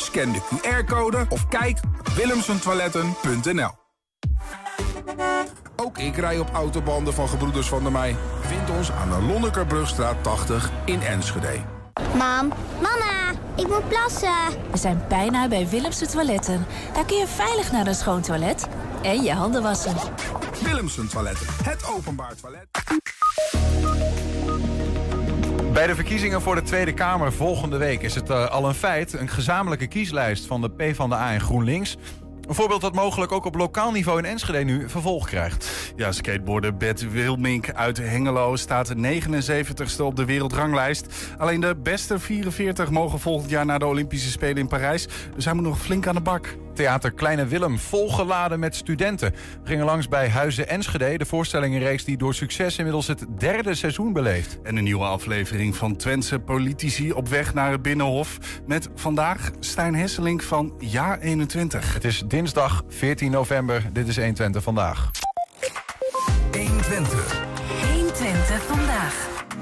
Scan de QR-code of kijk op willemsentoiletten.nl. Ook ik rij op autobanden van Gebroeders Van der Meij. Vind ons aan de Lonnekerbrugstraat 80 in Enschede. Mam, mama, ik moet plassen. We zijn bijna bij Willemsen Toiletten. Daar kun je veilig naar een schoon toilet en je handen wassen. Willemsen Toiletten, het openbaar toilet. Bij de verkiezingen voor de Tweede Kamer volgende week is het al een feit. Een gezamenlijke kieslijst van de PvdA en GroenLinks. Een voorbeeld dat mogelijk ook op lokaal niveau in Enschede nu vervolg krijgt. Ja, skateboarder Bert Wilmink uit Hengelo staat 79ste op de wereldranglijst. Alleen de beste 44 mogen volgend jaar naar de Olympische Spelen in Parijs. Dus hij moet nog flink aan de bak. Theater Kleine Willem volgeladen met studenten. We gingen langs bij Huizen Enschede, de voorstellingenreeks die door succes inmiddels het 3e seizoen beleeft. En een nieuwe aflevering van Twentse politici op weg naar het Binnenhof. Met vandaag Stijn Hesselink van Jaar 21. Het is dinsdag 14 november. Dit is 120 vandaag. 120. 120 vandaag.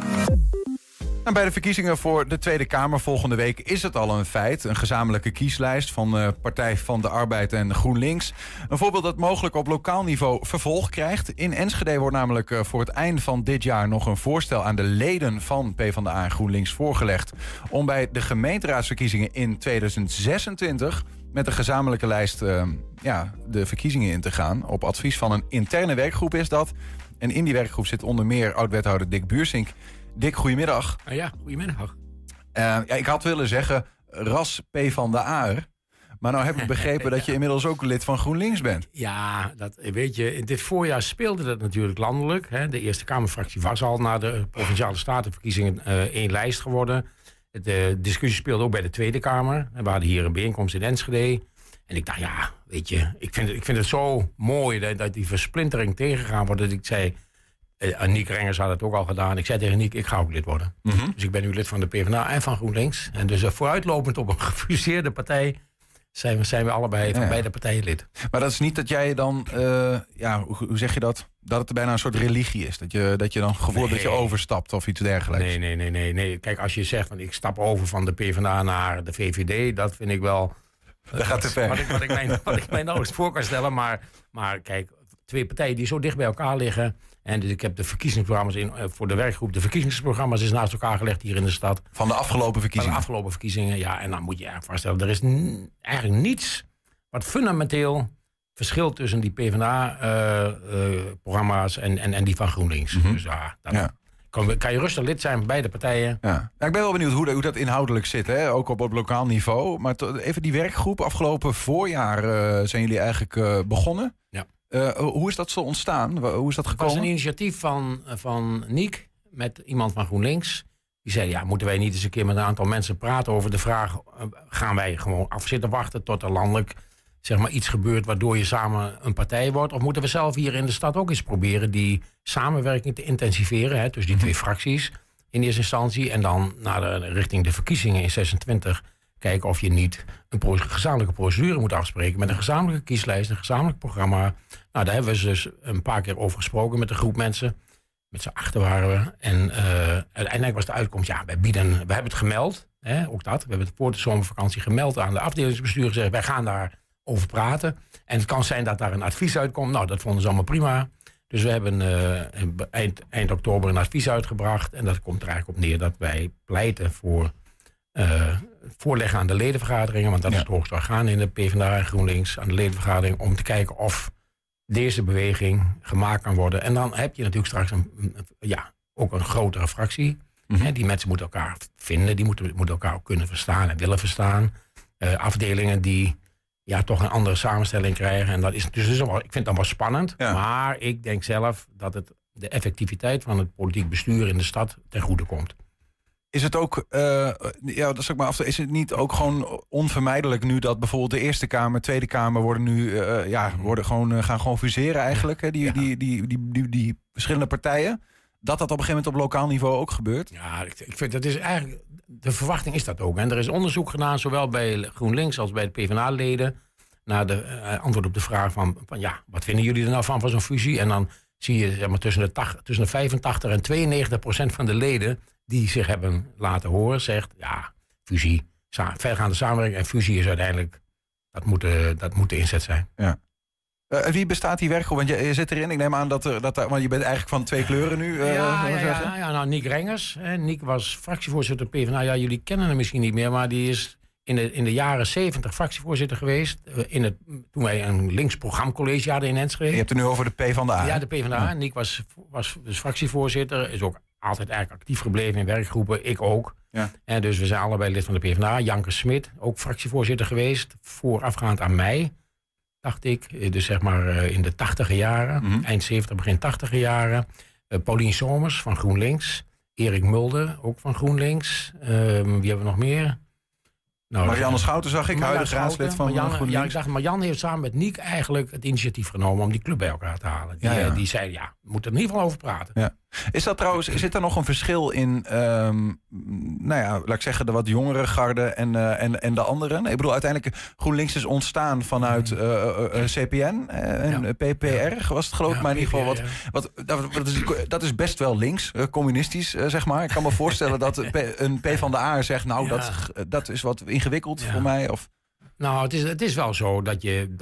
En bij de verkiezingen voor de Tweede Kamer volgende week is het al een feit. Een gezamenlijke kieslijst van Partij van de Arbeid en GroenLinks. Een voorbeeld dat mogelijk op lokaal niveau vervolg krijgt. In Enschede wordt namelijk voor het eind van dit jaar nog een voorstel aan de leden van PvdA en GroenLinks voorgelegd om bij de gemeenteraadsverkiezingen in 2026 met een gezamenlijke lijst de verkiezingen in te gaan. Op advies van een interne werkgroep is dat. En in die werkgroep zit onder meer oud-wethouder Dick Buursink. Dick, goedemiddag. Ja, goedemiddag. Ik had willen zeggen ras PvdA'er. Maar nou heb ik begrepen dat je inmiddels ook lid van GroenLinks bent. Ja, dat weet je. In dit voorjaar speelde dat natuurlijk landelijk. Hè. De Eerste Kamerfractie was al na de Provinciale Statenverkiezingen één lijst geworden. De discussie speelde ook bij de Tweede Kamer. We hadden hier een bijeenkomst in Enschede. En ik dacht, ja, weet je, ik vind het zo mooi dat die versplintering tegengegaan wordt. Dat ik zei, Niek Rengers had het ook al gedaan. Ik zei tegen Niek, ik ga ook lid worden. Mm-hmm. Dus ik ben nu lid van de PvdA en van GroenLinks. En dus vooruitlopend op een gefuseerde partij zijn we allebei van beide partijen lid. Maar dat is niet dat jij dan, hoe zeg je dat? Dat het bijna een soort religie is. Dat je dan gevoel hebt dat je overstapt of iets dergelijks. Nee. Kijk, als je zegt, van ik stap over van de PvdA naar de VVD, dat vind ik wel dat gaat te ver. Wat ik mij nauwelijks voor kan stellen. Maar kijk, twee partijen die zo dicht bij elkaar liggen. En dus ik heb de verkiezingsprogramma's voor de werkgroep. De verkiezingsprogramma's is naast elkaar gelegd hier in de stad. Van de afgelopen verkiezingen? Van de afgelopen verkiezingen, ja. En dan moet je je vaststellen, er is eigenlijk niets wat fundamenteel verschilt tussen die PvdA-programma's en die van GroenLinks. Mm-hmm. Dus kan je rustig lid zijn van beide partijen. Ja. Ik ben wel benieuwd hoe dat inhoudelijk zit, hè? Ook op lokaal niveau. Maar even die werkgroep, afgelopen voorjaar zijn jullie eigenlijk begonnen. Ja. Hoe is dat zo ontstaan? Hoe is dat gekomen? Het was een initiatief van Niek met iemand van GroenLinks. Die zei, ja, moeten wij niet eens een keer met een aantal mensen praten over de vraag, gaan wij gewoon afzitten wachten tot er landelijk zeg maar iets gebeurt waardoor je samen een partij wordt? Of moeten we zelf hier in de stad ook eens proberen die samenwerking te intensiveren, tussen die twee fracties in eerste instantie en dan richting de verkiezingen in 26 kijken of je niet een gezamenlijke procedure moet afspreken met een gezamenlijke kieslijst, een gezamenlijk programma. Nou, daar hebben we dus een paar keer over gesproken met een groep mensen. Met z'n achter waren we. En uiteindelijk was de uitkomst, we hebben het gemeld. Ook dat. We hebben het voor de zomervakantie gemeld aan de afdelingsbestuur. Gezegd, wij gaan daar over praten. En het kan zijn dat daar een advies uitkomt. Nou, dat vonden ze allemaal prima. Dus we hebben eind oktober een advies uitgebracht. En dat komt er eigenlijk op neer dat wij pleiten voor voorleggen aan de ledenvergaderingen. Want dat is het hoogste orgaan in de PvdA en GroenLinks. Aan de ledenvergadering om te kijken of deze beweging gemaakt kan worden. En dan heb je natuurlijk straks ook een grotere fractie. Mm-hmm. Die mensen moeten elkaar vinden. Die moeten elkaar ook kunnen verstaan en willen verstaan. Afdelingen die toch een andere samenstelling krijgen. En dat is dus ik vind het dan wel spannend. Ja. Maar ik denk zelf dat het de effectiviteit van het politiek bestuur in de stad ten goede komt. Is het ook, dat zal ik maar af. Is het niet ook gewoon onvermijdelijk nu dat bijvoorbeeld de Eerste Kamer, Tweede Kamer worden nu gaan gewoon fuseren eigenlijk, hè, die verschillende partijen? Dat op een gegeven moment op lokaal niveau ook gebeurt? Ja, ik vind dat is eigenlijk de verwachting is dat ook. En er is onderzoek gedaan, zowel bij GroenLinks als bij de PvdA-leden, naar de antwoord op de vraag van wat vinden jullie er nou van zo'n fusie? En dan zie je tussen de 85 en 92% van de leden die zich hebben laten horen, zegt fusie vergaande samenwerking en fusie is uiteindelijk, dat moet de inzet zijn. Ja. Wie bestaat die werkgroep? Want je zit erin. Ik neem aan want je bent eigenlijk van 2 kleuren nu. Nou, Niek Rengers. Niek was fractievoorzitter PvdA. Ja, jullie kennen hem misschien niet meer, maar die is in de jaren 70 fractievoorzitter geweest. Toen wij een links programmacollege hadden in Enschede. Je hebt het nu over de PvdA. Ja, de PvdA. Ja. Niek was dus fractievoorzitter. Is ook altijd eigenlijk actief gebleven in werkgroepen. Ik ook. Ja. En dus we zijn allebei lid van de PvdA. Janke Smit, ook fractievoorzitter geweest. Voorafgaand aan mij, dacht ik. Dus zeg maar in de 80e jaren. Mm-hmm. Eind 70, begin 80e jaren. Paulien Somers van GroenLinks. Erik Mulder, ook van GroenLinks. Wie hebben we nog meer? Nou, Marianne Schouten zag ik, huidig raadslid van GroenLinks. Ja, ik zag Marianne heeft samen met Niek eigenlijk het initiatief genomen om die club bij elkaar te halen. Die zei, we moeten er in ieder geval over praten. Ja. Is dat trouwens, zit er nog een verschil in, laat ik zeggen, de wat jongere garde en de anderen? Ik bedoel, uiteindelijk, GroenLinks is ontstaan vanuit CPN en PPR, was het geloof ik, maar in ieder geval dat is best wel links, communistisch, zeg maar. Ik kan me voorstellen dat een PvdA zegt, dat is wat ingewikkeld voor mij, of... Nou, het is wel zo dat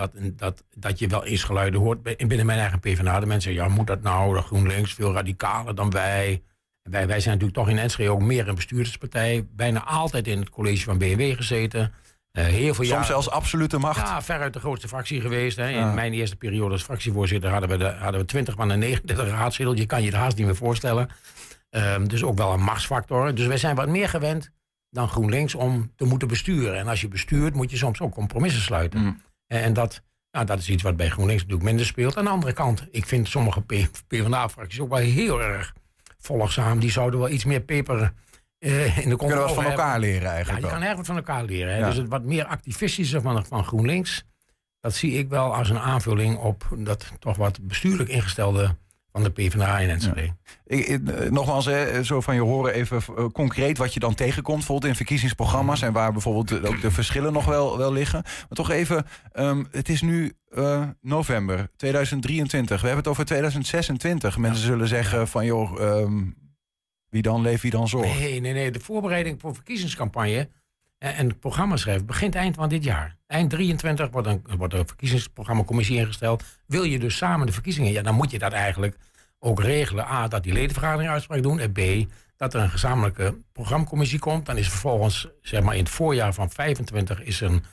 je wel eens geluiden hoort binnen mijn eigen PvdA. De mensen zeggen, moet dat nou, de GroenLinks veel radicaler dan wij. Wij zijn natuurlijk toch in Enschede ook meer een bestuurderspartij. Bijna altijd in het college van BMW gezeten. Heel veel Soms zelfs absolute macht. Ja, veruit de grootste fractie geweest. Hè. In mijn eerste periode als fractievoorzitter hadden we 20 van de 39 raadzetels. Je kan je het haast niet meer voorstellen. Dus ook wel een machtsfactor. Dus wij zijn wat meer gewend dan GroenLinks om te moeten besturen. En als je bestuurt, moet je soms ook compromissen sluiten. Mm. En dat is iets wat bij GroenLinks natuurlijk minder speelt. Aan de andere kant, ik vind sommige PvdA-fracties ook wel heel erg volgzaam. Die zouden wel iets meer peper in de kont kunnen we wat van elkaar leren eigenlijk. Ja, je kan erg wat van elkaar leren. Ja. Dus het wat meer activistische van GroenLinks, dat zie ik wel als een aanvulling op dat toch wat bestuurlijk ingestelde van de PvdA in Enschede. Ja. Nogmaals, zo van je horen even concreet wat je dan tegenkomt, bijvoorbeeld in verkiezingsprogramma's en waar bijvoorbeeld ook de verschillen nog wel liggen. Maar toch even, het is nu november 2023. We hebben het over 2026. Mensen zullen zeggen van joh, wie dan leeft, wie dan zorgt. Nee. De voorbereiding voor verkiezingscampagne en het programma schrijven begint eind van dit jaar. Eind 23 wordt een verkiezingsprogrammacommissie ingesteld. Wil je dus samen de verkiezingen, ja, dan moet je dat eigenlijk ook regelen. A, dat die ledenvergadering uitspraak doen. En B, dat er een gezamenlijke programmacommissie komt. Dan is vervolgens, zeg maar in het voorjaar van 25 is een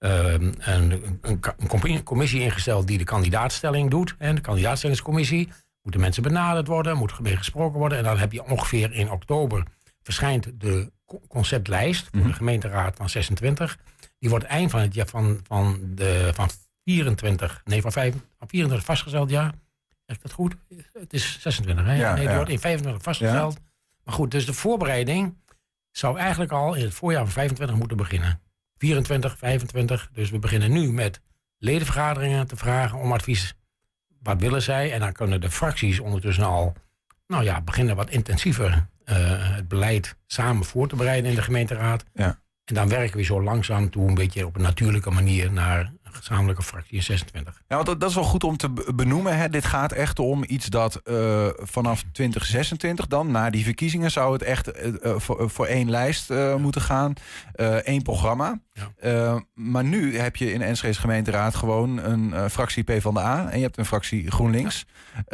commissie ingesteld die de kandidaatstelling doet. En de kandidaatstellingscommissie moeten mensen benaderd worden, moet mee gesproken worden. En dan heb je ongeveer in oktober verschijnt de conceptlijst voor de gemeenteraad van 26. Die wordt eind van het jaar van 24 vastgesteld, ja. Zeg ik dat goed? Het is 26, hè? Die wordt in 25 vastgesteld. Ja. Maar goed, dus de voorbereiding zou eigenlijk al in het voorjaar van 25 moeten beginnen. 24, 25. Dus we beginnen nu met ledenvergaderingen te vragen om advies. Wat willen zij? En dan kunnen de fracties ondertussen al beginnen wat intensiever het beleid samen voor te bereiden in de gemeenteraad. Ja. En dan werken we zo langzaam toe een beetje op een natuurlijke manier naar een gezamenlijke fractie in 26. Ja, want dat is wel goed om te benoemen. Hè. Dit gaat echt om iets dat vanaf 2026 dan, na die verkiezingen, zou het echt voor één lijst moeten gaan. Één programma. Ja. Maar nu heb je in de Enschede's gemeenteraad gewoon een fractie PvdA en je hebt een fractie GroenLinks.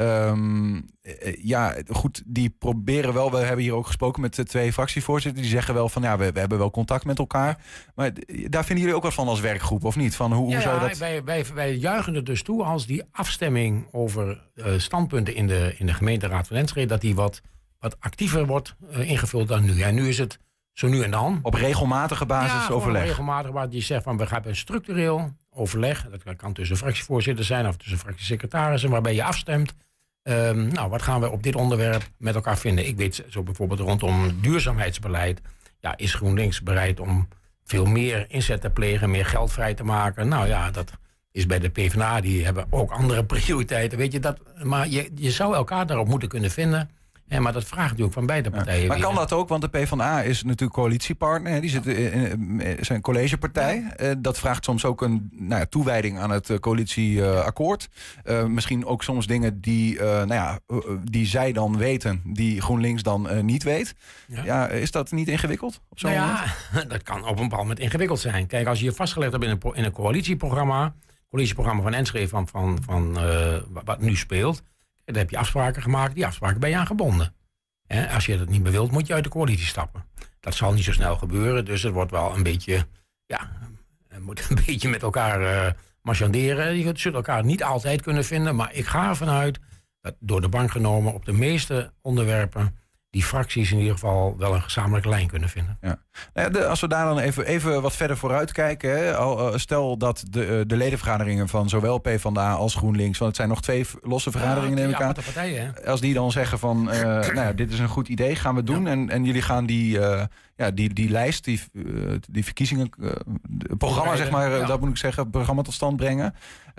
Goed, die proberen wel. We hebben hier ook gesproken met de 2 fractievoorzitters. Die zeggen wel van we hebben wel contact met elkaar. Maar daar vinden jullie ook wat van als werkgroep, of niet? Van hoe zou dat... Wij juichen er dus toe als die afstemming over standpunten in de gemeenteraad van Enschede, dat die wat actiever wordt ingevuld dan nu. En nu is het zo nu en dan. Op regelmatige basis overleg? Op regelmatige basis. Die zegt van we gaan een structureel overleg. Dat kan tussen fractievoorzitters zijn of tussen fractiesecretarissen, waarbij je afstemt. Wat gaan we op dit onderwerp met elkaar vinden? Ik weet zo bijvoorbeeld rondom duurzaamheidsbeleid. Ja, is GroenLinks bereid om veel meer inzet te plegen, meer geld vrij te maken? Dat is bij de PvdA. Die hebben ook andere prioriteiten. Weet je dat? Maar je zou elkaar daarop moeten kunnen vinden. Maar dat vraagt natuurlijk van beide partijen. Maar kan dat ook? Want de PvdA is natuurlijk coalitiepartner. Hè? Die zit zijn collegepartij. Dat vraagt soms ook een toewijding aan het coalitieakkoord. Misschien ook soms dingen die zij dan weten, die GroenLinks dan niet weet. Ja, is dat niet ingewikkeld op zo'n moment? Dat kan op een bepaald moment ingewikkeld zijn. Kijk, als je je vastgelegd hebt in een coalitieprogramma van Enschede van wat nu speelt, dan heb je afspraken gemaakt, die afspraken ben je aan gebonden. Als je dat niet meer wilt, moet je uit de coalitie stappen. Dat zal niet zo snel gebeuren, dus het wordt wel een beetje, moet een beetje met elkaar marchanderen. Je zult elkaar niet altijd kunnen vinden, maar ik ga ervan uit dat door de bank genomen op de meeste onderwerpen die fracties in ieder geval wel een gezamenlijke lijn kunnen vinden. Ja. Als we daar dan even wat verder vooruit kijken. Hè, stel dat de ledenvergaderingen van zowel PvdA als GroenLinks, want het zijn nog 2 losse vergaderingen neem ik aan. Partijen, hè? Als die dan zeggen van dit is een goed idee, gaan we doen. En jullie gaan die lijst, die verkiezingen, programma zeg maar, dat moet ik zeggen, programma tot stand brengen.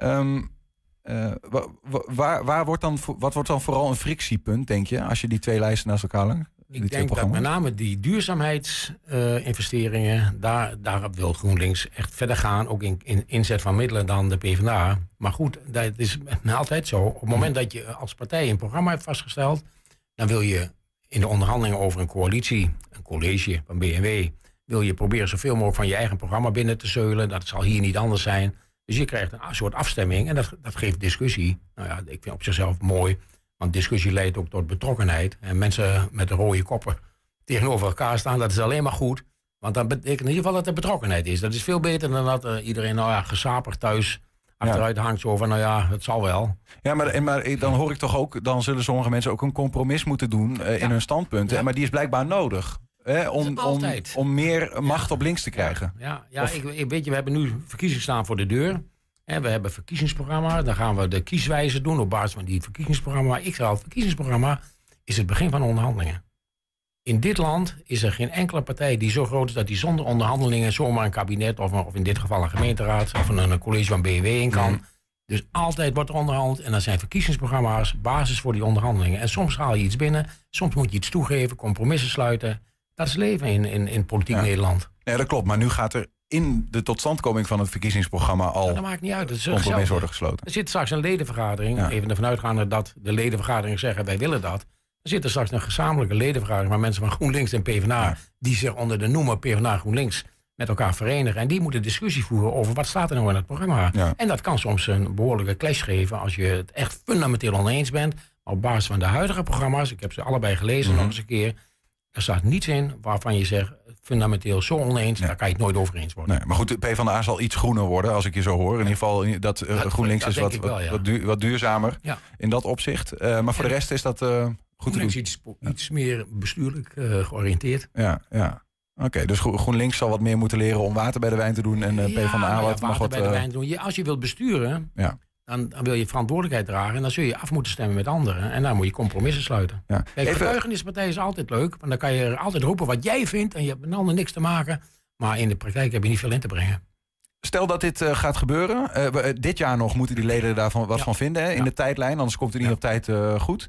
Wat wordt dan vooral een frictiepunt, denk je, als je die 2 lijsten naast elkaar legt? Ik denk dat met name die duurzaamheidsinvesteringen, daar wil GroenLinks echt verder gaan, ook in inzet van middelen dan de PvdA. Maar goed, dat is altijd zo. Op het moment dat je als partij een programma hebt vastgesteld, dan wil je in de onderhandelingen over een coalitie, een college van BNW, wil je proberen zoveel mogelijk van je eigen programma binnen te zeulen. Dat zal hier niet anders zijn. Dus je krijgt een soort afstemming en dat geeft discussie. Nou ja, ik vind op zichzelf mooi, want discussie leidt ook tot betrokkenheid. En mensen met de rode koppen tegenover elkaar staan, dat is alleen maar goed. Want dat betekent in ieder geval dat er betrokkenheid is. Dat is veel beter dan dat iedereen gesapig thuis achteruit hangt. Zo van, dat zal wel. Ja, maar dan hoor ik toch ook, dan zullen sommige mensen ook een compromis moeten doen in hun standpunten. Ja. Maar die is blijkbaar nodig. Om meer macht op links te krijgen. Ik weet je, we hebben nu verkiezingen staan voor de deur. We hebben een verkiezingsprogramma. Dan gaan we de kieswijze doen op basis van die verkiezingsprogramma. Maar ik zeg al, het verkiezingsprogramma is het begin van onderhandelingen. In dit land is er geen enkele partij die zo groot is dat die zonder onderhandelingen zomaar een kabinet of in dit geval een gemeenteraad of een college van BNW in kan. Dus altijd wordt er onderhandeld en dan zijn verkiezingsprogramma's basis voor die onderhandelingen. En soms haal je iets binnen, soms moet je iets toegeven, compromissen sluiten. Dat is leven in politiek Nederland. Ja, dat klopt. Maar nu gaat er in de totstandkoming van het verkiezingsprogramma al dat maakt niet uit. Dat compromis worden gesloten. Er zit straks een ledenvergadering. Even ervan uitgaande dat de ledenvergadering zeggen wij willen dat. Er zit er straks een gezamenlijke ledenvergadering waar mensen van GroenLinks en PvdA die zich onder de noemer PvdA GroenLinks met elkaar verenigen. En die moeten discussie voeren over wat staat er nou in het programma. Ja. En dat kan soms een behoorlijke clash geven als je het echt fundamenteel oneens bent. Maar op basis van de huidige programma's, ik heb ze allebei gelezen nog eens een keer. Er staat niets in waarvan je zegt fundamenteel zo oneens, daar kan je het nooit over eens worden. Nee, maar goed, de PvdA zal iets groener worden, als ik je zo hoor. In ieder geval dat GroenLinks is wat duurzamer in dat opzicht. Maar voor de rest is dat goed te doen. Iets meer bestuurlijk georiënteerd. Ja. Oké, dus GroenLinks zal wat meer moeten leren om water bij de wijn te doen en PvdA water bij de wijn te doen. Als je wilt besturen, dan wil je verantwoordelijkheid dragen en dan zul je af moeten stemmen met anderen. En dan moet je compromissen sluiten. Ja. Kijk, getuigenispartij is altijd leuk, want dan kan je altijd roepen wat jij vindt en je hebt met een ander niks te maken. Maar in de praktijk heb je niet veel in te brengen. Stel dat dit gaat gebeuren. Dit jaar nog moeten die leden daarvan wat van vinden in de tijdlijn. Anders komt het niet op tijd goed.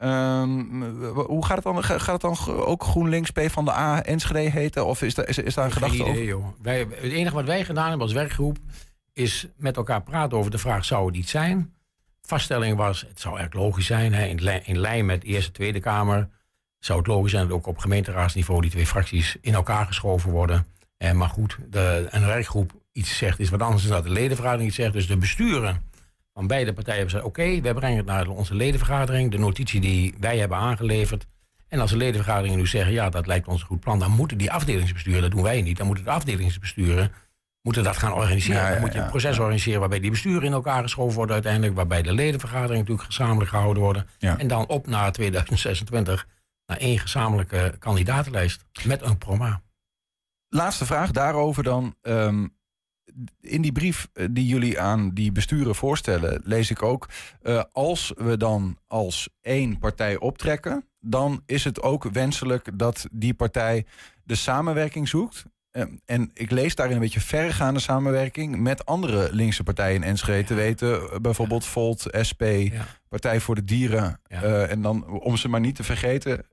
Hoe gaat het dan? Gaat het dan ook GroenLinks, PvdA, Enschede heten? Of is daar een gedachte over? Joh. Het enige wat wij gedaan hebben als werkgroep is met elkaar praten over de vraag, zou het iets zijn? Vaststelling was, het zou eigenlijk logisch zijn. Hè, in lijn met de Eerste en Tweede Kamer zou het logisch zijn dat ook op gemeenteraadsniveau die 2 fracties in elkaar geschoven worden. Maar goed, een werkgroep iets zegt is wat anders dan dat de ledenvergadering iets zegt. Dus de besturen van beide partijen hebben gezegd, oké, wij brengen het naar onze ledenvergadering. De notitie die wij hebben aangeleverd. En als de ledenvergaderingen nu zeggen, dat lijkt ons een goed plan, dan moeten die afdelingsbesturen, dat doen wij niet, dan moeten de afdelingsbesturen dat gaan organiseren. Dan moet je een proces organiseren waarbij die besturen in elkaar geschoven worden uiteindelijk, waarbij de ledenvergaderingen natuurlijk gezamenlijk gehouden worden. Ja. En dan op naar 2026 naar 1 gezamenlijke kandidatenlijst met een programma. Laatste vraag daarover dan. In die brief die jullie aan die besturen voorstellen, lees ik ook, als we dan als 1 partij optrekken, dan is het ook wenselijk dat die partij de samenwerking zoekt En ik lees daarin een beetje verregaande samenwerking met andere linkse partijen in Enschede. Te weten, bijvoorbeeld Volt, SP, Partij voor de Dieren. Ja. En dan, om ze maar niet te vergeten,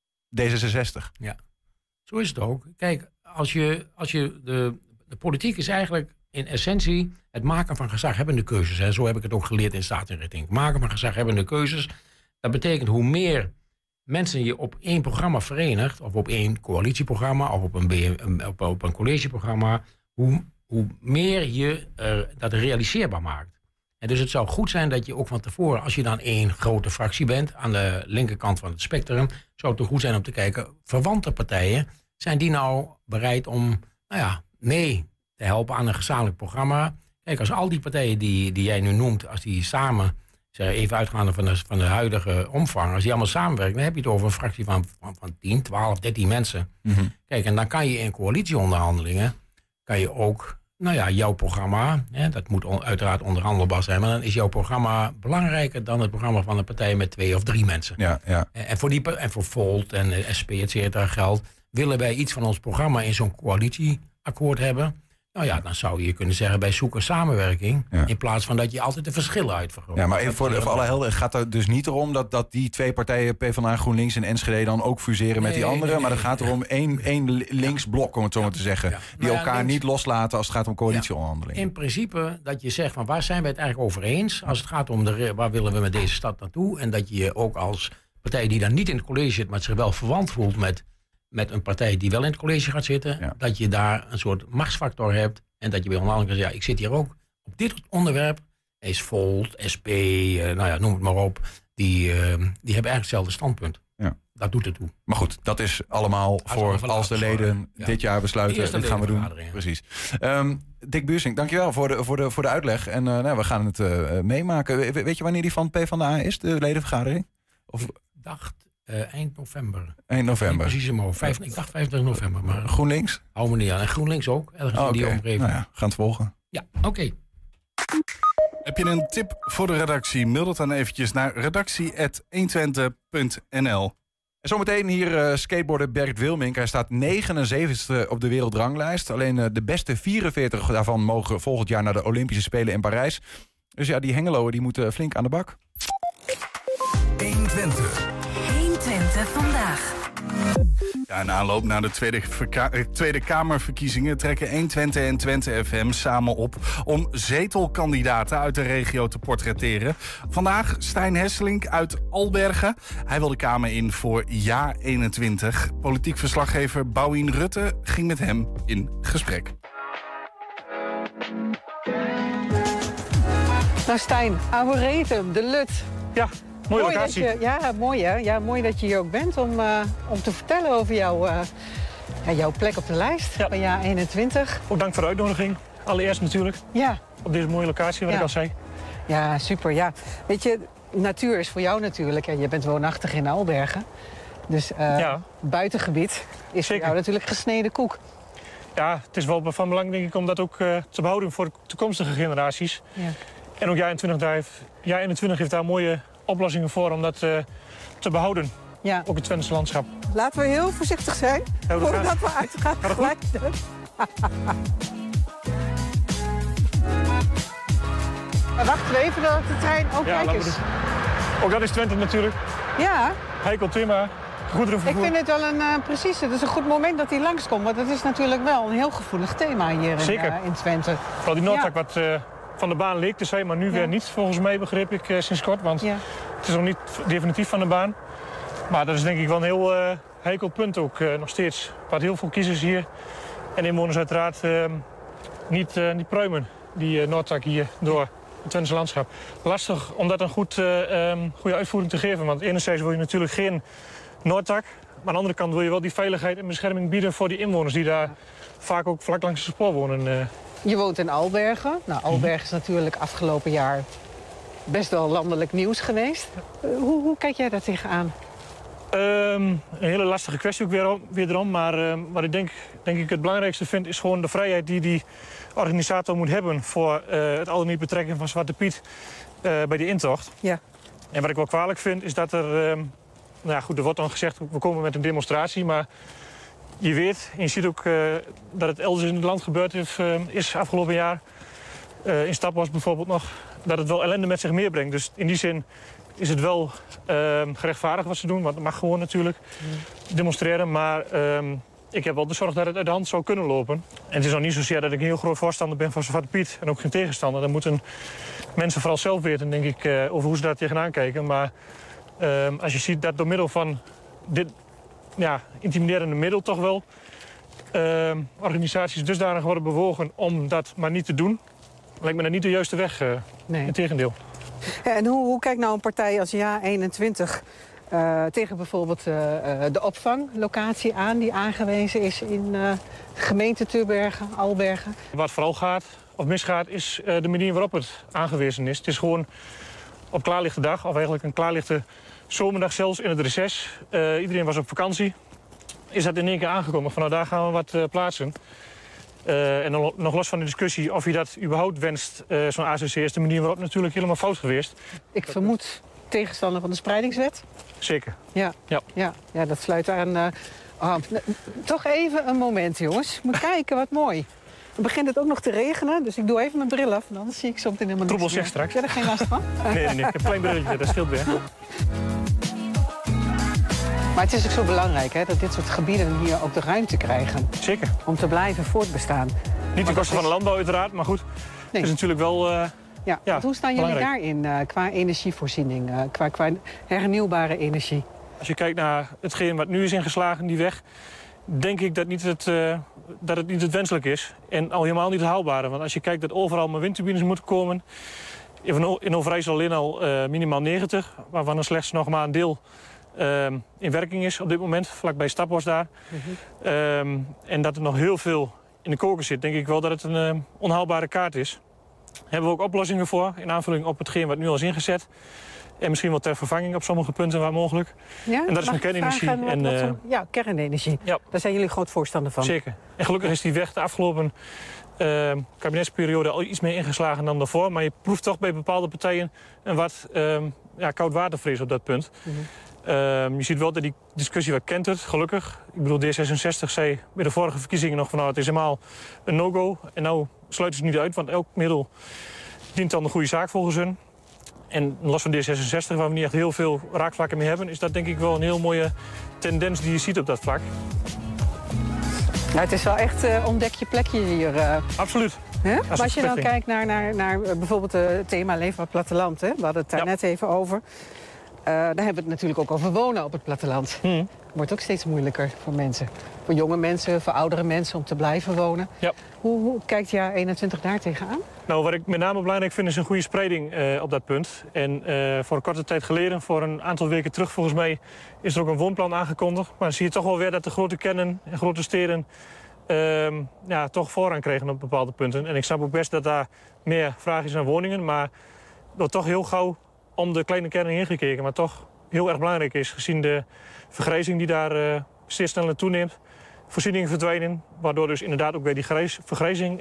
D66. Ja, zo is het ook. Kijk, als je de politiek is eigenlijk in essentie het maken van gezaghebbende keuzes. Hè. Zo heb ik het ook geleerd in staatsrichting. Maken van gezaghebbende keuzes. Dat betekent hoe meer mensen je op één programma verenigt, of op één coalitieprogramma, of op een collegeprogramma, hoe meer je dat realiseerbaar maakt. En dus het zou goed zijn dat je ook van tevoren, als je dan één grote fractie bent, aan de linkerkant van het spectrum, zou het toch goed zijn om te kijken, verwante partijen, zijn die nou bereid om mee te helpen aan een gezamenlijk programma? Kijk, als al die partijen die jij nu noemt, als die samen, even uitgaande van de huidige omvang, als die allemaal samenwerken, dan heb je het over een fractie van 10, 12, 13 mensen. Mm-hmm. Kijk, en dan kan je in coalitieonderhandelingen, kan je ook, jouw programma, dat moet uiteraard onderhandelbaar zijn, maar dan is jouw programma belangrijker dan het programma van een partij met 2 of 3 mensen. Ja. En voor Volt en SP, et cetera, geldt, willen wij iets van ons programma in zo'n coalitieakkoord hebben, dan zou je kunnen zeggen, bij zoeken samenwerking, in plaats van dat je altijd de verschillen uitvergroot. Ja, maar even voor alle helder, gaat er dus niet erom dat die 2 partijen, PvdA, GroenLinks en Enschede, dan ook fuseren met die anderen. Maar het gaat erom één linksblok, om het zo maar te zeggen. Ja. Die elkaar niet loslaten als het gaat om coalitieonderhandelingen. In principe dat je zegt van waar zijn we het eigenlijk over eens als het gaat om waar willen we met deze stad naartoe. En dat je ook als partij die dan niet in het college zit, maar zich wel verwant voelt met een partij die wel in het college gaat zitten, dat je daar een soort machtsfactor hebt en dat je bij onderhandelingen kan zeggen, ik zit hier ook op dit onderwerp, is Volt, SP, noem het maar op, die hebben eigenlijk hetzelfde standpunt. Ja. Dat doet het toe. Maar goed, dat is allemaal voor als de leden dit jaar besluiten, dit gaan we doen. Precies. Dick Buursink, dankjewel voor de uitleg. En we gaan het meemaken. Weet je wanneer die van PvdA is, de ledenvergadering? Of... Ik dacht eind november. Eind november. Precies in mijn hoofd. Ik dacht 25 november. Maar GroenLinks? Hou me niet aan. En GroenLinks ook. Ergens in die omgeving. Gaan het volgen. Ja, oké. Heb je een tip voor de redactie? Mail dat dan eventjes naar redactie@120.nl. En zometeen hier skateboarder Bert Wilmink. Hij staat 79ste op de wereldranglijst. Alleen de beste 44 daarvan mogen volgend jaar naar de Olympische Spelen in Parijs. Dus ja, die Hengeloën die moeten flink aan de bak. 120 vandaag. Ja, in aanloop naar de Tweede Kamerverkiezingen trekken 120 en Twente FM samen op om zetelkandidaten uit de regio te portretteren. Vandaag Stijn Hesselink uit Albergen. Hij wil de Kamer in voor jaar 21. Politiek verslaggever Bouwien Rutte ging met hem in gesprek. Nou Stijn, Arboretum, de Lut. Ja. Mooie locatie. Mooi hè. Ja, mooi dat je hier ook bent om te vertellen over jouw plek op de lijst van jaar 21. Ook dank voor de uitnodiging. Allereerst natuurlijk. Ja. Op deze mooie locatie, wat ik al zei. Ja, super. Ja. Weet je, natuur is voor jou natuurlijk. Je bent woonachtig in Albergen. Dus buitengebied is voor jou natuurlijk gesneden koek. Ja, het is wel van belang denk ik om dat ook te behouden voor de toekomstige generaties. Ja. En ook jaar 21 heeft daar mooie oplossingen voor om dat te behouden. Ja. Ook het Twentse landschap. Laten we heel voorzichtig zijn voordat we uitgaan. Wachten we even dat de trein ook weg is. Ook dat is Twente natuurlijk. Ja. Heikel thema, goederenvervoer. Ik vind het wel het is een goed moment dat hij langskomt. Want het is natuurlijk wel een heel gevoelig thema hier in Twente. Vooral die Noordtak wat van de baan leek te zijn, maar nu weer niet, volgens mij begreep ik sinds kort. Want het is nog niet definitief van de baan. Maar dat is denk ik wel een heel heikel punt ook nog steeds. Wat heel veel kiezers hier en inwoners uiteraard niet pruimen, die Noordtak hier door het Twentse landschap. Lastig om dat een goede uitvoering te geven. Want enerzijds wil je natuurlijk geen Noordtak. Maar aan de andere kant wil je wel die veiligheid en bescherming bieden voor die inwoners die daar vaak ook vlak langs het spoor wonen. Je woont in Albergen. Nou, Albergen is natuurlijk afgelopen jaar best wel landelijk nieuws geweest. Hoe kijk jij daar tegenaan? Een hele lastige kwestie ook wederom. Maar wat ik denk ik het belangrijkste vind is gewoon de vrijheid die organisator moet hebben voor het al dan niet betrekken van Zwarte Piet bij die intocht. Ja. En wat ik wel kwalijk vind is dat er... er wordt dan gezegd, we komen met een demonstratie, maar je weet, en je ziet ook dat het elders in het land gebeurd is afgelopen jaar. In Staphorst bijvoorbeeld nog, dat het wel ellende met zich meebrengt. Dus in die zin is het wel gerechtvaardigd wat ze doen, want het mag gewoon natuurlijk demonstreren. Maar ik heb wel de zorg dat het uit de hand zou kunnen lopen. En het is nog niet zozeer dat ik een heel groot voorstander ben van Zwarte Piet en ook geen tegenstander. Dan moeten mensen vooral zelf weten, denk ik, over hoe ze daar tegenaan kijken. Maar als je ziet dat door middel van dit intimiderende middel toch wel organisaties dusdanig worden bewogen om dat maar niet te doen, lijkt me dat niet de juiste weg. Integendeel. Ja, en hoe kijkt nou een partij als JA21 tegen bijvoorbeeld de opvanglocatie aan die aangewezen is in gemeente Terbergen, Albergen? Wat vooral gaat of misgaat is de manier waarop het aangewezen is. Het is gewoon op klaarlichte dag, of eigenlijk een klaarlichte zomerdag zelfs in het reces. Iedereen was op vakantie. Is dat in één keer aangekomen van nou daar gaan we wat plaatsen. En nog los van de discussie of je dat überhaupt wenst, zo'n ACC, is de manier waarop natuurlijk helemaal fout geweest. Ik vermoed tegenstander van de spreidingswet. Zeker. Ja, dat sluit aan. Toch even een moment, jongens. Moet kijken, wat mooi. Dan begint het ook nog te regenen, dus ik doe even mijn bril af. Dan zie ik zo meteen helemaal troebel niks meer. straks. Heb je er geen last van? Nee, ik heb een klein brilletje, dat scheelt weer. Maar het is ook zo belangrijk dat dit soort gebieden hier ook de ruimte krijgen. Zeker. Om te blijven voortbestaan. Niet ten koste van de landbouw uiteraard, maar goed. Nee. Het is natuurlijk wel want hoe staan jullie daarin qua energievoorziening, qua hernieuwbare energie? Als je kijkt naar hetgeen wat nu is ingeslagen, die weg, denk ik dat het niet het wenselijk is. En al helemaal niet het haalbare. Want als je kijkt dat overal maar windturbines moeten komen. In Overijssel alleen al minimaal 90, waarvan er slechts nog maar een deel in werking is op dit moment, vlakbij Staphorst daar. En dat er nog heel veel in de koker zit, denk ik wel dat het een onhaalbare kaart is. Daar hebben we ook oplossingen voor, in aanvulling op hetgeen wat nu al is ingezet. En misschien wel ter vervanging op sommige punten waar mogelijk. Ja, en dat is mijn kernenergie. Kernenergie. Ja. Daar zijn jullie groot voorstander van. Zeker. En gelukkig is die weg de afgelopen kabinetsperiode al iets meer ingeslagen dan daarvoor. Maar je proeft toch bij bepaalde partijen een wat koudwatervrees op dat punt. Je ziet wel dat die discussie wat kentert, gelukkig. Ik bedoel, D66 zei bij de vorige verkiezingen nog van nou, het is helemaal een no-go. En nou sluiten ze niet uit, want elk middel dient dan de goede zaak volgens hun. En los van D66, waar we niet echt heel veel raakvlakken mee hebben, is dat denk ik wel een heel mooie tendens die je ziet op dat vlak. Ja, het is wel echt ontdek je plekje hier. Absoluut. Maar als je dan kijkt naar bijvoorbeeld het thema Leven op het platteland, we hadden het daar net even over. Daar hebben we het natuurlijk ook over wonen op het platteland. Wordt ook steeds moeilijker voor mensen. Voor jonge mensen, voor oudere mensen om te blijven wonen. Ja. Hoe kijkt JA21 daar tegenaan? Nou, wat ik met name belangrijk vind is een goede spreiding op dat punt. En voor een korte tijd geleden, voor een aantal weken terug volgens mij, is er ook een woonplan aangekondigd. Maar dan zie je toch wel weer dat de grote kernen en grote steden toch voorrang kregen op bepaalde punten. En ik snap ook best dat daar meer vraag is naar woningen. Maar dat toch heel gauw om de kleine kernen heen gekeken. Maar toch heel erg belangrijk is, gezien de vergrijzing die daar steeds sneller toeneemt. Voorzieningen verdwijnen, waardoor dus inderdaad ook weer die vergrijzing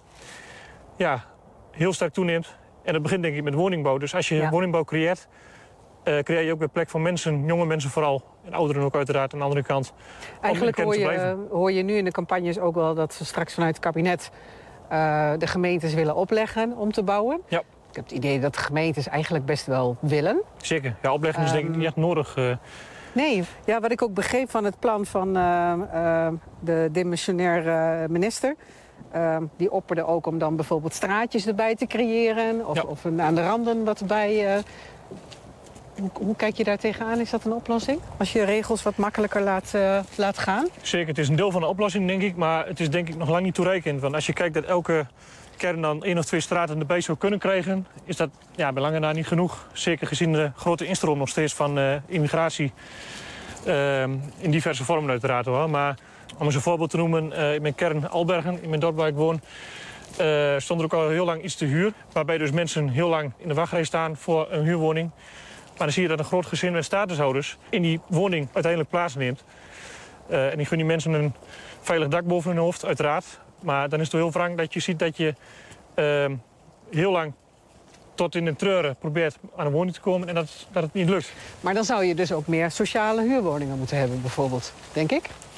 heel sterk toeneemt. En dat begint denk ik met woningbouw. Dus als je woningbouw creëert, creëer je ook weer plek voor mensen, jonge mensen vooral. En ouderen ook uiteraard aan de andere kant. Eigenlijk hoor je nu in de campagnes ook wel dat ze straks vanuit het kabinet de gemeentes willen opleggen om te bouwen. Ja. Ik heb het idee dat de gemeentes eigenlijk best wel willen. Zeker. Ja, opleggen is denk ik niet echt nodig. Nee, wat ik ook begreep van het plan van de demissionair minister. Die opperde ook om dan bijvoorbeeld straatjes erbij te creëren. Of aan de randen wat bij. Hoe kijk je daar tegenaan? Is dat een oplossing? Als je regels wat makkelijker laat gaan? Zeker, het is een deel van de oplossing denk ik. Maar het is denk ik nog lang niet toereikend. Want als je kijkt dat elke kern dan 1 of 2 straten erbij zou kunnen krijgen, is dat bij lange na niet genoeg. Zeker gezien de grote instroom nog steeds van immigratie. In diverse vormen uiteraard hoor. Maar om eens een voorbeeld te noemen, in mijn kern Albergen, in mijn dorp waar ik woon, stond er ook al heel lang iets te huur. Waarbij dus mensen heel lang in de wachtrij staan voor een huurwoning. Maar dan zie je dat een groot gezin met statushouders in die woning uiteindelijk plaatsneemt. En die gun die mensen een veilig dak boven hun hoofd, uiteraard. Maar dan is het wel heel wrang dat je ziet dat je heel lang tot in de treuren probeert aan een woning te komen en dat het niet lukt. Maar dan zou je dus ook meer sociale huurwoningen moeten hebben bijvoorbeeld, denk ik?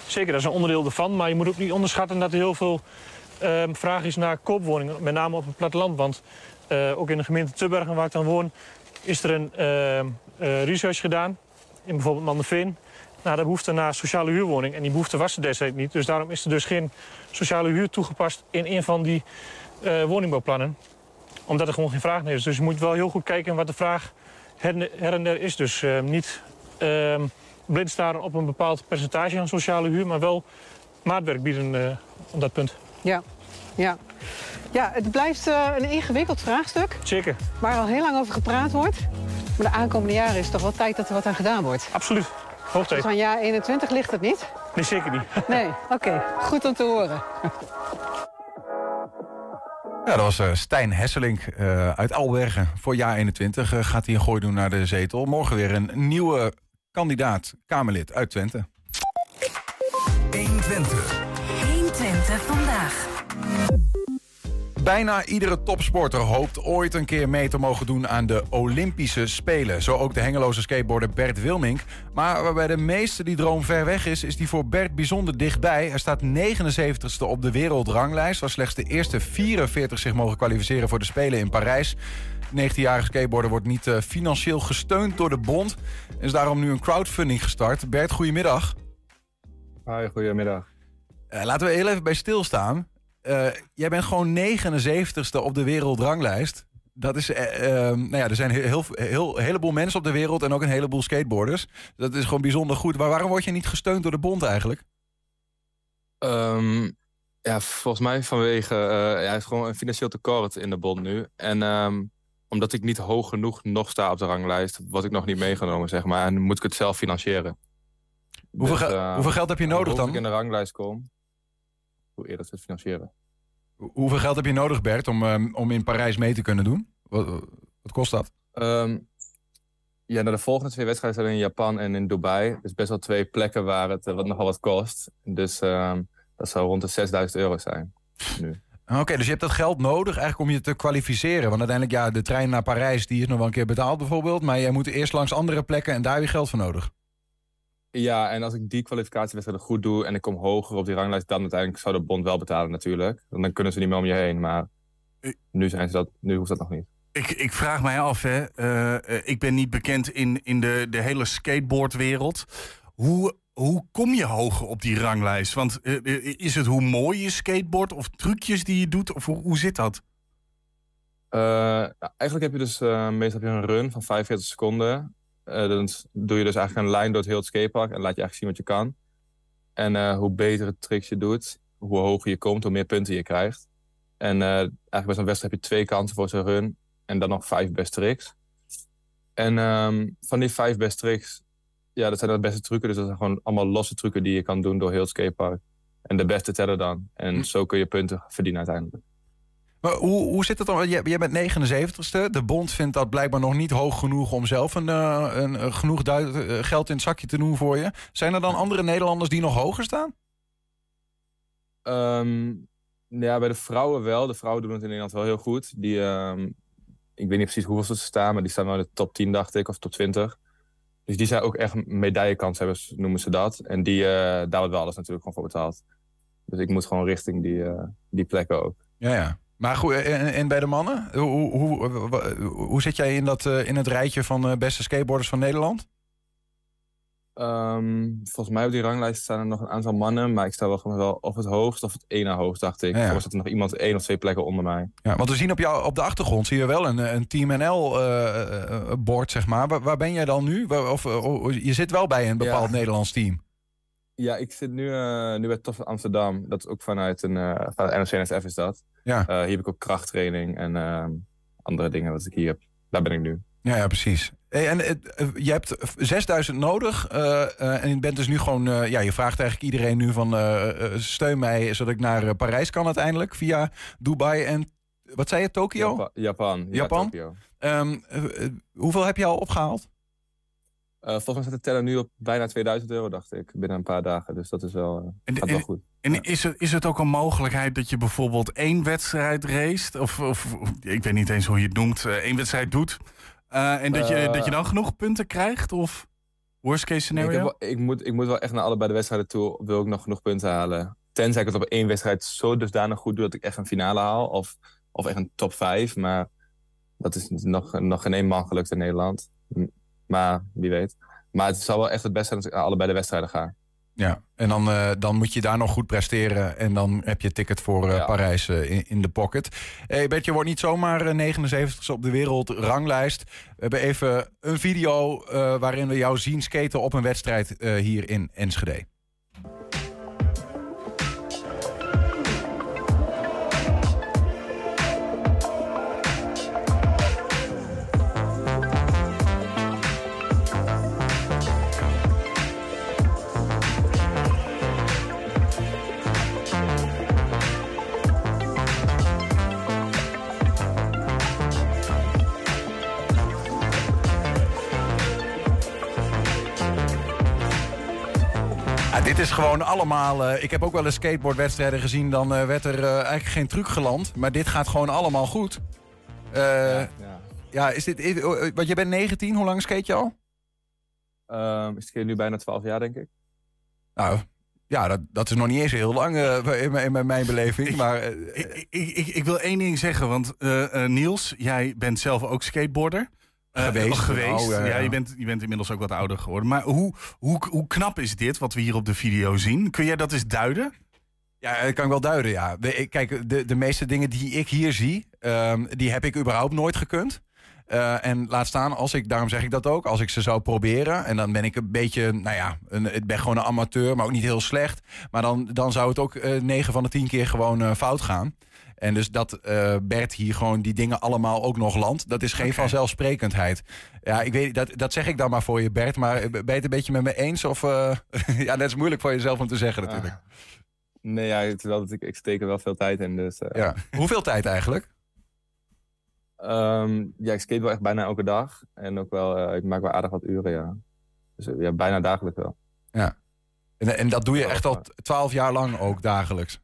Zeker, dat is een onderdeel ervan. Maar je moet ook niet onderschatten dat er heel veel vraag is naar koopwoningen. Met name op het platteland. Want ook in de gemeente Tubbergen, waar ik dan woon, is er een research gedaan. In bijvoorbeeld Manderveen. Naar de behoefte naar sociale huurwoning. En die behoefte was er destijds niet. Dus daarom is er dus geen sociale huur toegepast in een van die woningbouwplannen. Omdat er gewoon geen vraag naar is. Dus je moet wel heel goed kijken wat de vraag her en der is. Dus niet blind staren op een bepaald percentage aan sociale huur, maar wel maatwerk bieden op dat punt. Ja, het blijft een ingewikkeld vraagstuk. Zeker. Waar al heel lang over gepraat wordt. Maar de aankomende jaren is het toch wel tijd dat er wat aan gedaan wordt. Absoluut. Hoogtijd. Dus aan jaar 21 ligt het niet? Nee, zeker niet. Nee, oké. Goed om te horen. Ja, dat was Stijn Hesselink uit Albergen. Voor jaar 21 gaat hij een gooi doen naar de zetel. Morgen weer een nieuwe kandidaat, Kamerlid uit Twente. 120. 120 vandaag. Bijna iedere topsporter hoopt ooit een keer mee te mogen doen aan de Olympische Spelen. Zo ook de Hengeloze skateboarder Bert Wilmink. Maar waarbij de meeste die droom ver weg is die voor Bert bijzonder dichtbij. Hij staat 79ste op de wereldranglijst, waar slechts de eerste 44 zich mogen kwalificeren voor de Spelen in Parijs. De 19-jarige skateboarder wordt niet financieel gesteund door de bond. Er is daarom nu een crowdfunding gestart. Bert, goedemiddag. Hoi, goedemiddag. Laten we heel even bij stilstaan. Jij bent gewoon 79ste op de wereldranglijst. Dat is, er zijn een heleboel mensen op de wereld en ook een heleboel skateboarders. Dat is gewoon bijzonder goed. Maar waarom word je niet gesteund door de bond eigenlijk? Volgens mij vanwege hij heeft gewoon een financieel tekort in de bond nu. En omdat ik niet hoog genoeg nog sta op de ranglijst, word ik nog niet meegenomen, zeg maar. En moet ik het zelf financieren. Hoeveel geld heb je nodig dan? Als ik in de ranglijst kom, hoe eerder het financieren. Hoeveel geld heb je nodig, Bert, om in Parijs mee te kunnen doen? Wat kost dat? De volgende 2 wedstrijden zijn in Japan en in Dubai. Dus best wel 2 plekken waar het nogal wat kost. Dus dat zou rond de €6.000 zijn nu. Oké, dus je hebt dat geld nodig eigenlijk om je te kwalificeren. Want uiteindelijk, de trein naar Parijs die is nog wel een keer betaald bijvoorbeeld. Maar jij moet eerst langs andere plekken en daar heb je geld voor nodig. Ja, en als ik die kwalificatiewedstrijden goed doe en ik kom hoger op die ranglijst, dan uiteindelijk zou de bond wel betalen natuurlijk. Dan kunnen ze niet meer om je heen, maar nu hoeft dat nog niet. Ik vraag mij af, hè. Ik ben niet bekend in de hele skateboardwereld. Hoe kom je hoger op die ranglijst? Want is het hoe mooi je skateboard of trucjes die je doet? Of hoe zit dat? Eigenlijk heb je dus meestal een run van 45 seconden. Dan doe je dus eigenlijk een lijn door het hele skatepark en laat je eigenlijk zien wat je kan. En hoe betere tricks je doet, hoe hoger je komt, hoe meer punten je krijgt. En eigenlijk bij zo'n wedstrijd heb je 2 kansen voor zo'n run en dan nog 5 best tricks. En van die 5 best tricks, dat zijn de beste trucken. Dus dat zijn gewoon allemaal losse trucken die je kan doen door heel het skatepark. En de beste tellen dan. En zo kun je punten verdienen uiteindelijk. Maar hoe zit het dan? Jij bent 79ste. De bond vindt dat blijkbaar nog niet hoog genoeg om zelf genoeg geld in het zakje te doen voor je. Zijn er dan andere Nederlanders die nog hoger staan? Bij de vrouwen wel. De vrouwen doen het in Nederland wel heel goed. Ik weet niet precies hoeveel ze staan, maar die staan wel in de top 10, dacht ik, of top 20. Dus die zijn ook echt medaillekanshebbers, noemen ze dat. En daar wordt wel alles natuurlijk gewoon voor betaald. Dus ik moet gewoon richting die plekken ook. Ja. Maar goed, en bij de mannen? Hoe zit jij in het rijtje van beste skateboarders van Nederland? Volgens mij op die ranglijst staan er nog een aantal mannen, maar ik sta wel of het hoogst of het 1 na hoogst, dacht ik. Of zit er nog iemand 1 of 2 plekken onder mij. Ja, want we zien op de achtergrond zie je wel een Team NL bord, zeg maar. Waar ben jij dan nu? Je zit wel bij een bepaald Nederlands team. Ja, ik zit nu bij TOF Amsterdam. Dat is ook vanuit NOC-NSF is dat. Ja. Hier heb ik ook krachttraining en andere dingen wat ik hier heb. Daar ben ik nu. Ja, precies. Hey, en je hebt 6.000 nodig en je bent dus nu gewoon... je vraagt eigenlijk iedereen nu van steun mij zodat ik naar Parijs kan uiteindelijk via Dubai en... Wat zei je, Tokio? Japan. Ja, Tokio. Hoeveel heb je al opgehaald? Volgens mij staat de teller nu op bijna €2000, dacht ik, binnen een paar dagen. Dus dat is wel, gaat wel goed. En is het ook een mogelijkheid dat je bijvoorbeeld 1 wedstrijd racet? Of ik weet niet eens hoe je het noemt, 1 wedstrijd doet. En dat je dan genoeg punten krijgt? Of? Worst case scenario? Ik moet wel echt naar allebei de wedstrijden toe. Wil ik nog genoeg punten halen. Tenzij ik het op 1 wedstrijd zo dusdanig goed doe dat ik echt een finale haal. Of echt een top 5. Maar dat is nog geen 1 man gelukt in Nederland. Maar wie weet. Maar het zal wel echt het beste zijn als ik naar allebei de wedstrijden ga. Ja, en dan moet je daar nog goed presteren. En dan heb je een ticket voor Parijs in de pocket. Bert, je wordt niet zomaar 79ste op de wereldranglijst. We hebben even een video waarin we jou zien skaten op een wedstrijd hier in Enschede. Dit is gewoon allemaal... ik heb ook wel eens skateboardwedstrijden gezien. Dan werd er eigenlijk geen truc geland. Maar dit gaat gewoon allemaal goed. Ja, is dit... Want je bent 19. Hoe lang skate je al? Ik skate nu bijna 12 jaar, denk ik. Nou, ja, dat is nog niet eens heel lang in mijn beleving. Maar, ik wil 1 ding zeggen. Want Niels, jij bent zelf ook skateboarder. Geweest. Oh, ja. Je bent inmiddels ook wat ouder geworden. Maar hoe knap is dit, wat we hier op de video zien? Kun jij dat eens duiden? Ja, dat kan ik wel duiden, ja. Kijk, de meeste dingen die ik hier zie, die heb ik überhaupt nooit gekund. En laat staan, daarom zeg ik dat ook, als ik ze zou proberen... en dan ben ik een beetje, ik ben gewoon een amateur, maar ook niet heel slecht... maar dan zou het ook 9 van de 10 keer gewoon fout gaan... En dus dat Bert hier gewoon die dingen allemaal ook nog landt... dat is geen vanzelfsprekendheid. Ja, ik weet, dat zeg ik dan maar voor je, Bert. Maar ben je het een beetje met me eens? Of, ja, dat is moeilijk voor jezelf om te zeggen natuurlijk. Nee, ja, het is wel dat ik steek er wel veel tijd in. Dus, ja. Hoeveel tijd eigenlijk? Ja, ik skate wel echt bijna elke dag. En ook wel, ik maak wel aardig wat uren, ja. Dus ja, bijna dagelijks wel. Ja. En dat doe je echt al 12 jaar lang ook dagelijks?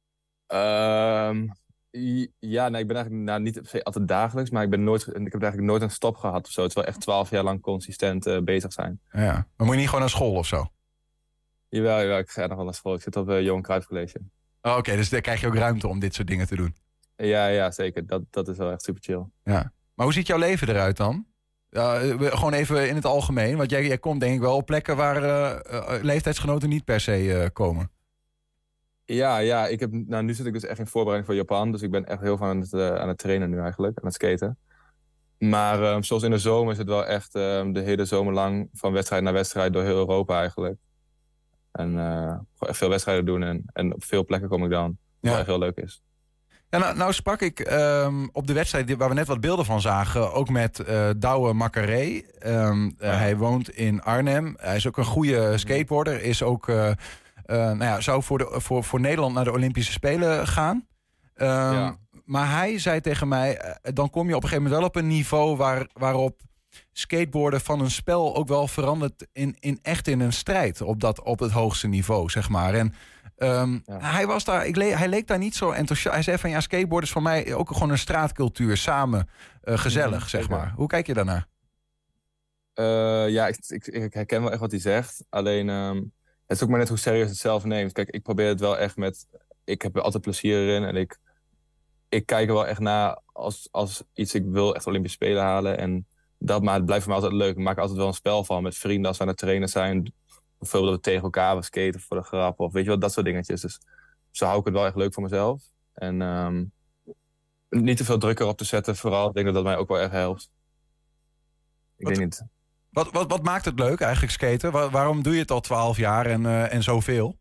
Ja, nee, ik ben eigenlijk niet per se altijd dagelijks, maar ik heb eigenlijk nooit een stop gehad of zo. Het is wel echt 12 jaar lang consistent bezig zijn. Ja, maar moet je niet gewoon naar school of zo? Jawel, ik ga nog wel naar school. Ik zit op Johan Cruijff College. Oh, oké, dus daar krijg je ook ruimte om dit soort dingen te doen? Ja, zeker. Dat is wel echt super chill. Ja. Maar hoe ziet jouw leven eruit dan? Gewoon even in het algemeen. Want jij komt denk ik wel op plekken waar leeftijdsgenoten niet per se komen. Ja, nu zit ik dus echt in voorbereiding voor Japan. Dus ik ben echt heel veel aan het trainen nu eigenlijk, aan het skaten. Maar zoals in de zomer is het wel echt de hele zomer lang van wedstrijd naar wedstrijd door heel Europa eigenlijk. En gewoon echt veel wedstrijden doen en op veel plekken kom ik dan. Wat echt heel leuk is. Ja, nou sprak ik op de wedstrijd waar we net wat beelden van zagen... ook met Douwe Makkeré. Hij woont in Arnhem. Hij is ook een goede skateboarder. Is ook... zou voor Nederland naar de Olympische Spelen gaan. Maar hij zei tegen mij... dan kom je op een gegeven moment wel op een niveau... waarop skateboarden van een spel ook wel verandert... echt in een strijd op het hoogste niveau, zeg maar. En hij was daar, hij leek daar niet zo enthousiast. Hij zei van ja, skateboarden is voor mij ook gewoon een straatcultuur. Samen, gezellig, zeg maar. Hoe kijk je daarnaar? Ik herken wel echt wat hij zegt. Alleen... het is ook maar net hoe serieus het zelf neemt. Kijk, ik probeer het wel echt ik heb er altijd plezier erin. En ik kijk er wel echt naar als iets... Ik wil echt Olympische Spelen halen. Maar het blijft voor mij altijd leuk. Ik maak er altijd wel een spel van met vrienden als we aan het trainen zijn. Bijvoorbeeld dat we tegen elkaar skaten voor de grap. Of weet je wel, dat soort dingetjes. Dus zo hou ik het wel echt leuk voor mezelf. En niet te veel druk erop te zetten. Vooral, ik denk dat mij ook wel erg helpt. Ik weet niet... Wat maakt het leuk eigenlijk, skaten? Waarom doe je het al 12 jaar en zoveel?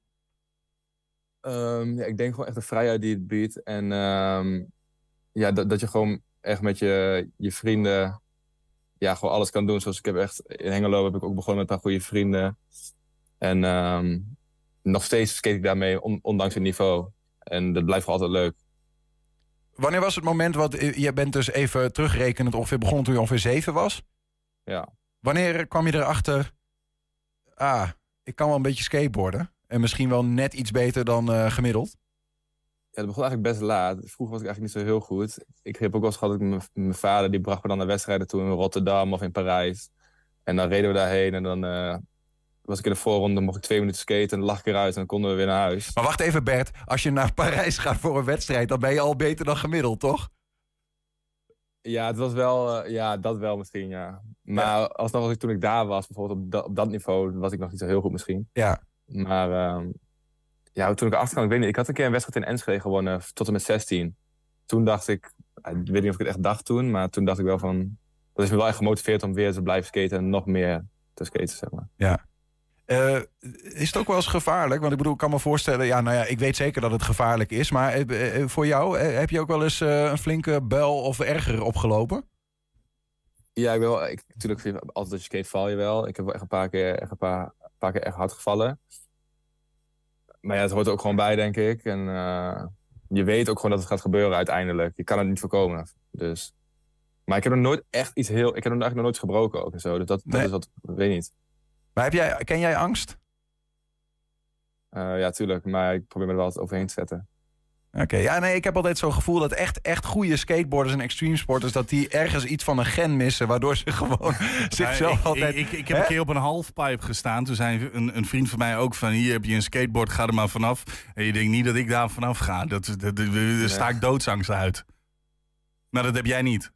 Ik denk gewoon echt de vrijheid die het biedt. En dat je gewoon echt met je vrienden gewoon alles kan doen. Zoals ik heb echt in Hengelo heb ik ook begonnen met een paar goede vrienden. En nog steeds skate ik daarmee, ondanks het niveau. En dat blijft altijd leuk. Wanneer was het moment, je bent dus even terugrekenend ongeveer begonnen toen je ongeveer 7 was? Ja. Wanneer kwam je erachter, ik kan wel een beetje skateboarden en misschien wel net iets beter dan gemiddeld? Ja, dat begon eigenlijk best laat. Vroeger was ik eigenlijk niet zo heel goed. Ik heb ook wel eens gehad dat mijn vader die bracht me dan naar wedstrijden toe in Rotterdam of in Parijs. En dan reden we daarheen en dan was ik in de voorronde, mocht ik 2 minuten skaten en dan lag ik eruit en dan konden we weer naar huis. Maar wacht even Bert, als je naar Parijs gaat voor een wedstrijd, dan ben je al beter dan gemiddeld, toch? Ja, het was wel, dat wel misschien, ja. Maar alsnog, toen ik daar was, bijvoorbeeld op dat niveau, was ik nog niet zo heel goed misschien. Ja. Maar toen ik achterkwam, ik weet niet, ik had een keer een wedstrijd in Enschede gewonnen, tot en met 16. Toen dacht ik weet niet of ik het echt dacht toen, maar toen dacht ik wel van, dat is me wel echt gemotiveerd om weer te blijven skaten en nog meer te skaten, zeg maar. Ja. Is het ook wel eens gevaarlijk? Want ik bedoel, ik kan me voorstellen, ik weet zeker dat het gevaarlijk is, maar voor jou, heb je ook wel eens een flinke buil of erger opgelopen? Ja, natuurlijk, altijd als je skate val je wel. Ik heb wel echt een paar keer echt hard gevallen. Maar ja, het hoort er ook gewoon bij, denk ik. En je weet ook gewoon dat het gaat gebeuren uiteindelijk. Je kan het niet voorkomen. Dus. Maar ik heb nog nooit echt ik heb nog eigenlijk nog nooit gebroken ook en zo. Dus dat is wat, ik weet niet. Maar ken jij angst? Ja, tuurlijk. Maar ik probeer me er wel altijd overheen te zetten. Oké, ik heb altijd zo'n gevoel dat echt goede skateboarders en extreme sporters, dat die ergens iets van een gen missen, waardoor ze gewoon zichzelf altijd... Ik heb een keer op een halfpipe gestaan. Toen zei een vriend van mij ook van, hier heb je een skateboard, ga er maar vanaf. En je denkt niet dat ik daar vanaf ga. Daar sta ik doodsangst uit. Maar dat heb jij niet.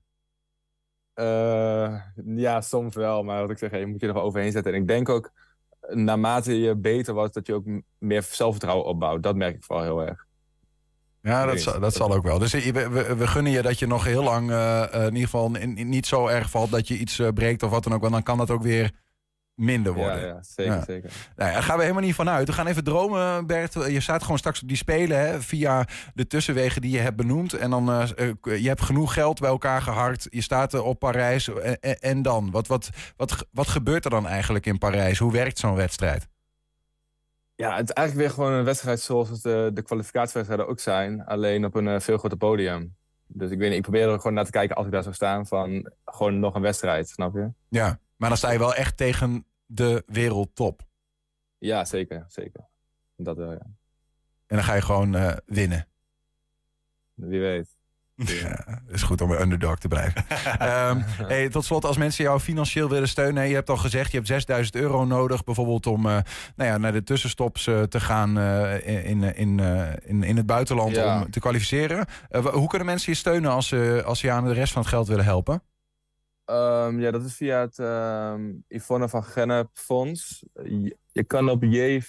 Ja, soms wel. Maar wat ik zeg, je moet je er wel overheen zetten. En ik denk ook, naarmate je beter wordt, dat je ook meer zelfvertrouwen opbouwt. Dat merk ik vooral heel erg. Ja, dat zal ook wel. Dus we gunnen je dat je nog heel lang in ieder geval niet zo erg valt dat je iets breekt of wat dan ook. Want dan kan dat ook weer minder worden. Ja, zeker. Nou, daar gaan we helemaal niet van uit. We gaan even dromen, Bert. Je staat gewoon straks op die Spelen, hè, via de tussenwegen die je hebt benoemd. En dan je hebt genoeg geld bij elkaar geharkt. Je staat op Parijs. En dan? Wat gebeurt er dan eigenlijk in Parijs? Hoe werkt zo'n wedstrijd? Ja, het is eigenlijk weer gewoon een wedstrijd zoals de kwalificatiewedstrijden ook zijn. Alleen op een veel groter podium. Dus ik weet niet, ik probeer er gewoon naar te kijken als ik daar zou staan. Van gewoon nog een wedstrijd, snap je? Ja, maar dan sta je wel echt tegen de wereldtop. Ja, zeker. Dat wel, ja. En dan ga je gewoon winnen. Wie weet. Ja, het is goed om een underdog te blijven. Tot slot, als mensen jou financieel willen steunen, je hebt al gezegd, je hebt €6.000 nodig, bijvoorbeeld om naar de tussenstops te gaan in het buitenland om te kwalificeren. Hoe kunnen mensen je steunen als ze aan de rest van het geld willen helpen? Dat is via het Yvonne van Gennep Fonds. Je kan op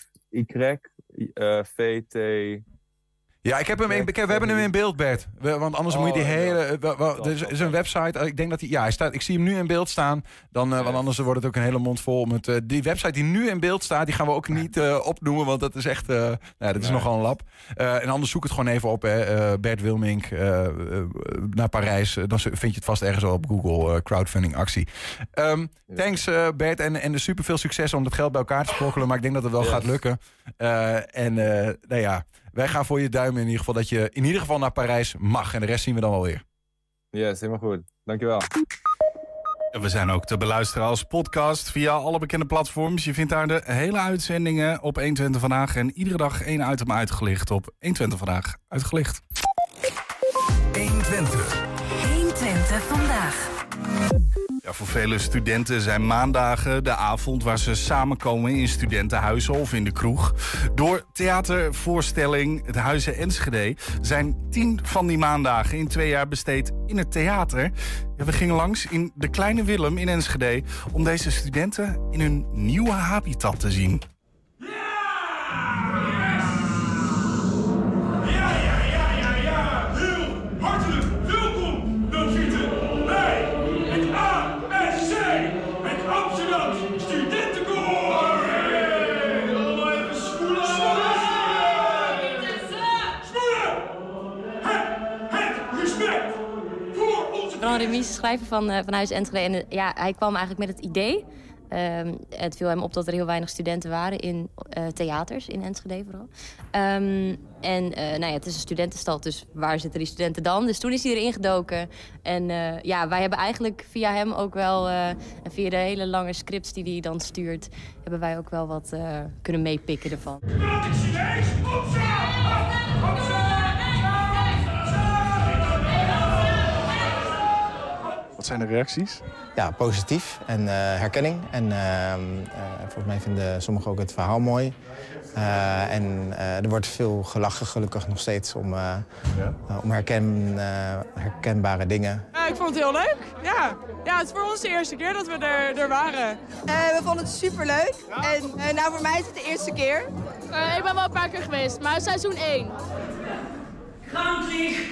JYVT... Ja, we hebben hem in beeld, Bert. Want anders moet je die hele... Er is een website, ik denk dat hij staat. Ik zie hem nu in beeld staan. Want anders wordt het ook een hele mond vol. Die website die nu in beeld staat, die gaan we ook niet opnoemen. Want dat is echt... dat is nogal een lab. En anders zoek het gewoon even op. Bert Wilmink naar Parijs. Dan vind je het vast ergens wel op Google. Crowdfunding actie. Thanks Bert. En super veel succes om dat geld bij elkaar te sprokkelen. Maar ik denk dat het wel gaat lukken. Wij gaan voor je duimen in ieder geval dat je in ieder geval naar Parijs mag. En de rest zien we dan wel weer. Yes, helemaal goed. Dankjewel. We zijn ook te beluisteren als podcast via alle bekende platforms. Je vindt daar de hele uitzendingen op 120 Vandaag. En iedere dag 1 item uitgelicht op 120 Vandaag. Uitgelicht. 120. 120 Vandaag. Ja, voor vele studenten zijn maandagen de avond waar ze samenkomen in studentenhuizen of in de kroeg. Door theatervoorstelling Het Huizen Enschede zijn 10 van die maandagen in 2 jaar besteed in het theater. Ja, we gingen langs in de Kleine Willem in Enschede om deze studenten in hun nieuwe habitat te zien. Remise, schrijver van Huizen Enschede. En hij kwam eigenlijk met het idee. Het viel hem op dat er heel weinig studenten waren in theaters, in Enschede vooral. Het is een studentenstad, dus waar zitten die studenten dan? Dus toen is hij erin gedoken. En wij hebben eigenlijk via hem ook wel... en via de hele lange scripts die hij dan stuurt... hebben wij ook wel wat kunnen meepikken ervan. Wat zijn de reacties? Ja, positief en herkenning. En volgens mij vinden sommigen ook het verhaal mooi. Er wordt veel gelachen, gelukkig nog steeds, om herkenbare dingen. Ik vond het heel leuk. Ja, het is voor ons de eerste keer dat we er waren. We vonden het superleuk. En nou, voor mij is het de eerste keer. Ik ben wel een paar keer geweest, maar seizoen 1. Grandlich!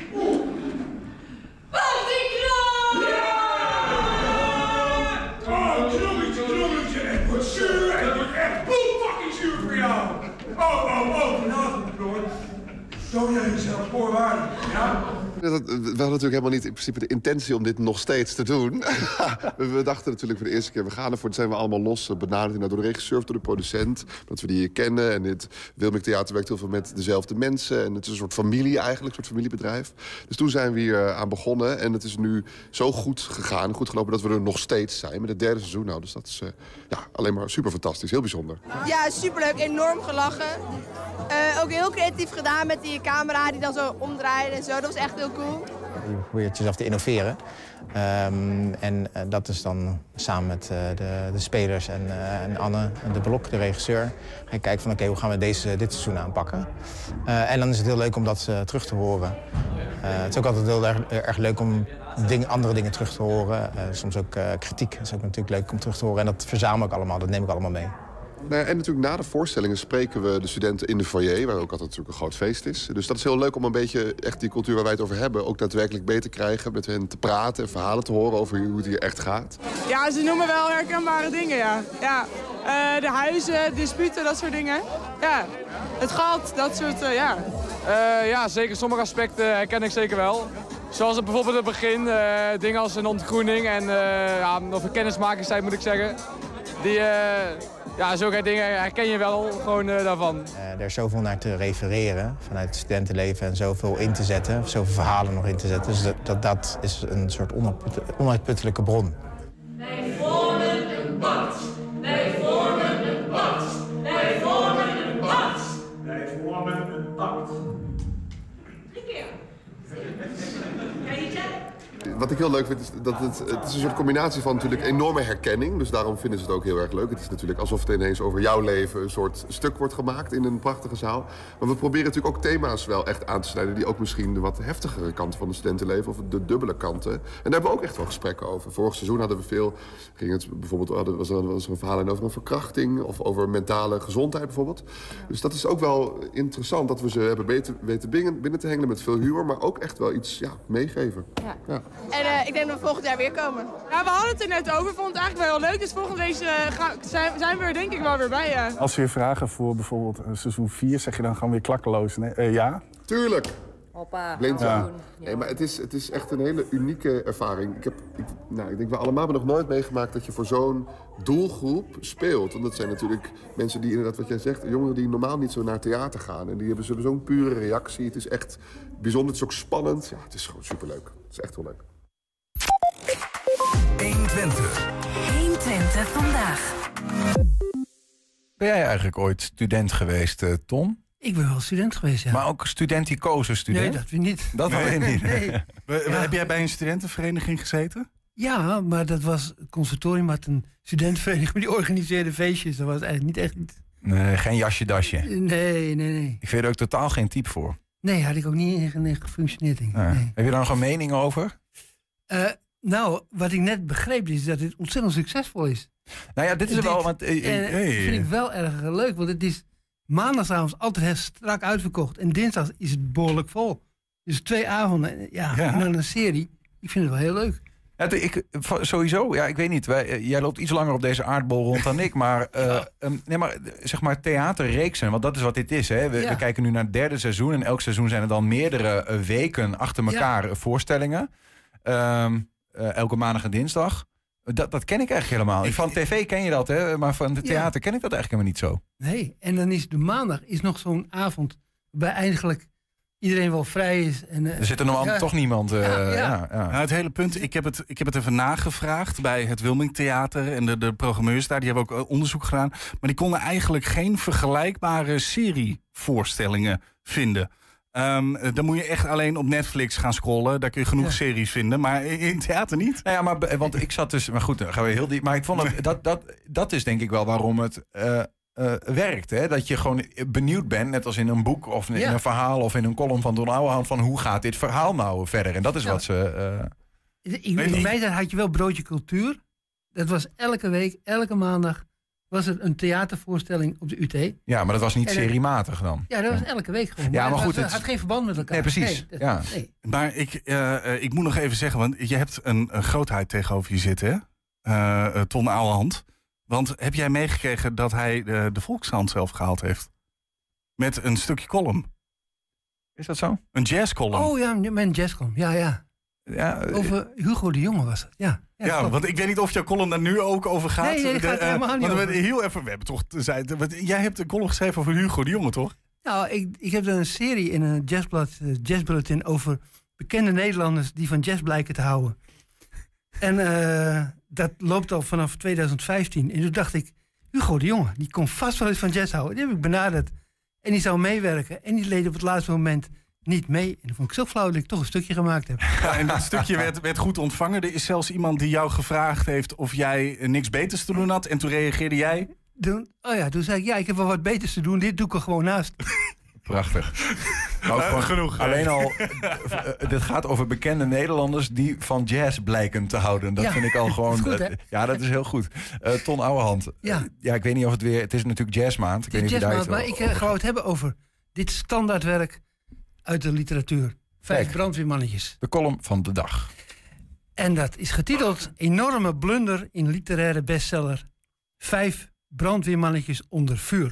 Knommetje, het wordt zuur, het wordt echt fucking zuur voor jou. Vanavond, Floor. Toon jij jezelf voorwaardig, ja? We hadden natuurlijk helemaal niet in principe de intentie om dit nog steeds te doen. We dachten natuurlijk voor de eerste keer, we gaan ervoor. Toen zijn we allemaal los benaderd door de regisseur of door de producent. Dat we die hier kennen. En dit Wilming Theater werkt heel veel met dezelfde mensen. En het is een soort familie eigenlijk, een soort familiebedrijf. Dus toen zijn we hier aan begonnen. En het is nu zo goed gegaan, goed gelopen, dat we er nog steeds zijn. Met het 3e seizoen nou. Dus dat is alleen maar super fantastisch, heel bijzonder. Ja, superleuk, enorm gelachen. Ook heel creatief gedaan met die camera die dan zo omdraait en zo. Dat was echt heel cool. Je probeert jezelf te innoveren. Dat is dan samen met de spelers en Anne de Blok, de regisseur. Ga je kijken van oké, hoe gaan we dit seizoen aanpakken? En dan is het heel leuk om dat terug te horen. Het is ook altijd heel erg leuk om andere dingen terug te horen. Soms ook kritiek. Dat is ook natuurlijk leuk om terug te horen. En dat verzamel ik allemaal, dat neem ik allemaal mee. En natuurlijk na de voorstellingen spreken we de studenten in de foyer, waar ook altijd natuurlijk een groot feest is. Dus dat is heel leuk om een beetje echt die cultuur waar wij het over hebben ook daadwerkelijk mee te krijgen, met hen te praten en verhalen te horen over hoe het hier echt gaat. Ja, ze noemen wel herkenbare dingen, ja. De huizen, disputen, dat soort dingen. Ja, het gat, dat soort, ja, zeker. Sommige aspecten herken ik zeker wel. Zoals bijvoorbeeld het begin, dingen als een ontgroening of een kennismakingstijd moet ik zeggen. Zulke dingen herken je wel gewoon daarvan. Er is zoveel naar te refereren vanuit het studentenleven en zoveel in te zetten, zoveel verhalen nog in te zetten. Dus dat is een soort onuitputtelijke bron. Wij vormen een bad. Wij vormen een bad. Wij vormen een bad. Wij vormen een bad. 3 keer. Kan je niet zeggen? Wat ik heel leuk vind is dat het is een soort combinatie van natuurlijk enorme herkenning. Dus daarom vinden ze het ook heel erg leuk. Het is natuurlijk alsof het ineens over jouw leven een soort stuk wordt gemaakt in een prachtige zaal. Maar we proberen natuurlijk ook thema's wel echt aan te snijden die ook misschien de wat heftigere kant van het studentenleven of de dubbele kanten. En daar hebben we ook echt wel gesprekken over. Vorig seizoen hadden we veel, was er een verhaal over een verkrachting of over mentale gezondheid bijvoorbeeld. Dus dat is ook wel interessant dat we ze hebben weten binnen te hengelen met veel humor, maar ook echt wel iets meegeven. Ja. En ik denk dat we volgend jaar weer komen. Ja, we hadden het er net over. Vond het eigenlijk wel heel leuk. Dus volgende week zijn we er denk ik wel weer bij. Ja. Als we je vragen voor bijvoorbeeld seizoen 4, zeg je dan gewoon weer klakkeloos? Nee? Ja? Tuurlijk. Hoppa. Blind ja. Nee, maar het is echt een hele unieke ervaring. Ik denk we allemaal hebben nog nooit meegemaakt dat je voor zo'n doelgroep speelt. Want dat zijn natuurlijk mensen die inderdaad, wat jij zegt, jongeren die normaal niet zo naar theater gaan. En die hebben zo'n pure reactie. Het is echt bijzonder, het is ook spannend. Ja, het is gewoon superleuk. Het is echt heel leuk. 120. 120 vandaag. Ben jij eigenlijk ooit student geweest, Tom? Ik ben wel student geweest, ja. Maar ook studenticoze student? Nee, dat weer niet. Dat weer niet? Nee. Heb jij bij een studentenvereniging gezeten? Ja, maar dat was het conservatorium had een studentenvereniging, maar die organiseerde feestjes. Dat was eigenlijk niet echt... Nee, geen jasje-dasje? Nee. Ik vind er ook totaal geen type voor. Nee, had ik ook niet in gefunctioneerd. Nee. Heb je daar nog een mening over? Nou, wat ik net begreep is dat het ontzettend succesvol is. Nou ja, dit is wel... Dat vind ik wel erg leuk, want het is maandagavond altijd strak uitverkocht. En dinsdag is het behoorlijk vol. Dus 2 avonden, en dan een serie. Ik vind het wel heel leuk. Sowieso, ik weet niet. Jij loopt iets langer op deze aardbol rond dan ik. Maar, zeg maar theaterreeksen, want dat is wat dit is. Hè? We kijken nu naar het 3e seizoen. En elk seizoen zijn er dan meerdere weken achter elkaar voorstellingen. Elke maandag en dinsdag. Dat ken ik eigenlijk helemaal. Van tv ken je dat, hè? Maar van het theater ken ik dat eigenlijk helemaal niet zo. Nee, en dan is de maandag nog zo'n avond waarbij eigenlijk iedereen wel vrij is. En, er zit er normaal toch niemand. Nou, het hele punt, ik heb het even nagevraagd bij het Wilming Theater en de programmeurs daar. Die hebben ook onderzoek gedaan. Maar die konden eigenlijk geen vergelijkbare serievoorstellingen vinden. Dan moet je echt alleen op Netflix gaan scrollen. Daar kun je genoeg series vinden, maar in het theater niet. Nou ja, maar want ik zat dus... Maar goed, dan gaan we heel diep. Maar ik vond dat is denk ik wel waarom het werkt. Hè? Dat je gewoon benieuwd bent, net als in een boek of in een verhaal of in een column van Don Ouwehand, van hoe gaat dit verhaal nou verder? En dat is wat ze... In mijn tijd had je wel Broodje Cultuur. Dat was elke week, elke maandag was er een theatervoorstelling op de UT. Ja, maar dat was niet seriematig dan. Ja, dat was elke week gewoon. Ja, maar goed, het had geen verband met elkaar. Nee, precies. Nee. Maar ik moet nog even zeggen, want je hebt een grootheid tegenover je zitten, hè? Ton Ouwehand. Want heb jij meegekregen dat hij de Volkskrant zelf gehaald heeft? Met een stukje column. Is dat zo? Een jazzcolumn. Oh ja, mijn jazzcolumn. Ja. Over Hugo de Jonge was het. Ja, want ik weet niet of jouw column daar nu ook over gaat. Nee, dat gaat helemaal niet over. We hebben toch jij hebt een column geschreven over Hugo de Jonge, toch? Nou, ik heb een serie in een jazzblad, Jazzbulletin, over bekende Nederlanders die van jazz blijken te houden. En dat loopt al vanaf 2015. En toen dacht ik, Hugo de Jonge, die kon vast wel eens van jazz houden. Die heb ik benaderd. En die zou meewerken. En die leed op het laatste moment niet mee. En dat vond ik zo flauw dat ik toch een stukje gemaakt heb. Ja, en dat stukje werd goed ontvangen. Er is zelfs iemand die jou gevraagd heeft of jij niks beters te doen had. En toen reageerde jij? Toen zei ik, ik heb wel wat beters te doen. Dit doe ik er gewoon naast. Prachtig. Genoeg. Alleen al, dit gaat over bekende Nederlanders die van jazz blijken te houden. Dat vind ik al gewoon... Dat is goed, dat is heel goed. Ton Ouwehand. Ik weet niet of het weer... Het is natuurlijk jazzmaand. Ik weet niet of je daar iets maar ik ga het hebben over dit standaardwerk uit de literatuur. 5 brandweermannetjes. De column van de dag. En dat is getiteld Enorme blunder in literaire bestseller. 5 brandweermannetjes onder vuur.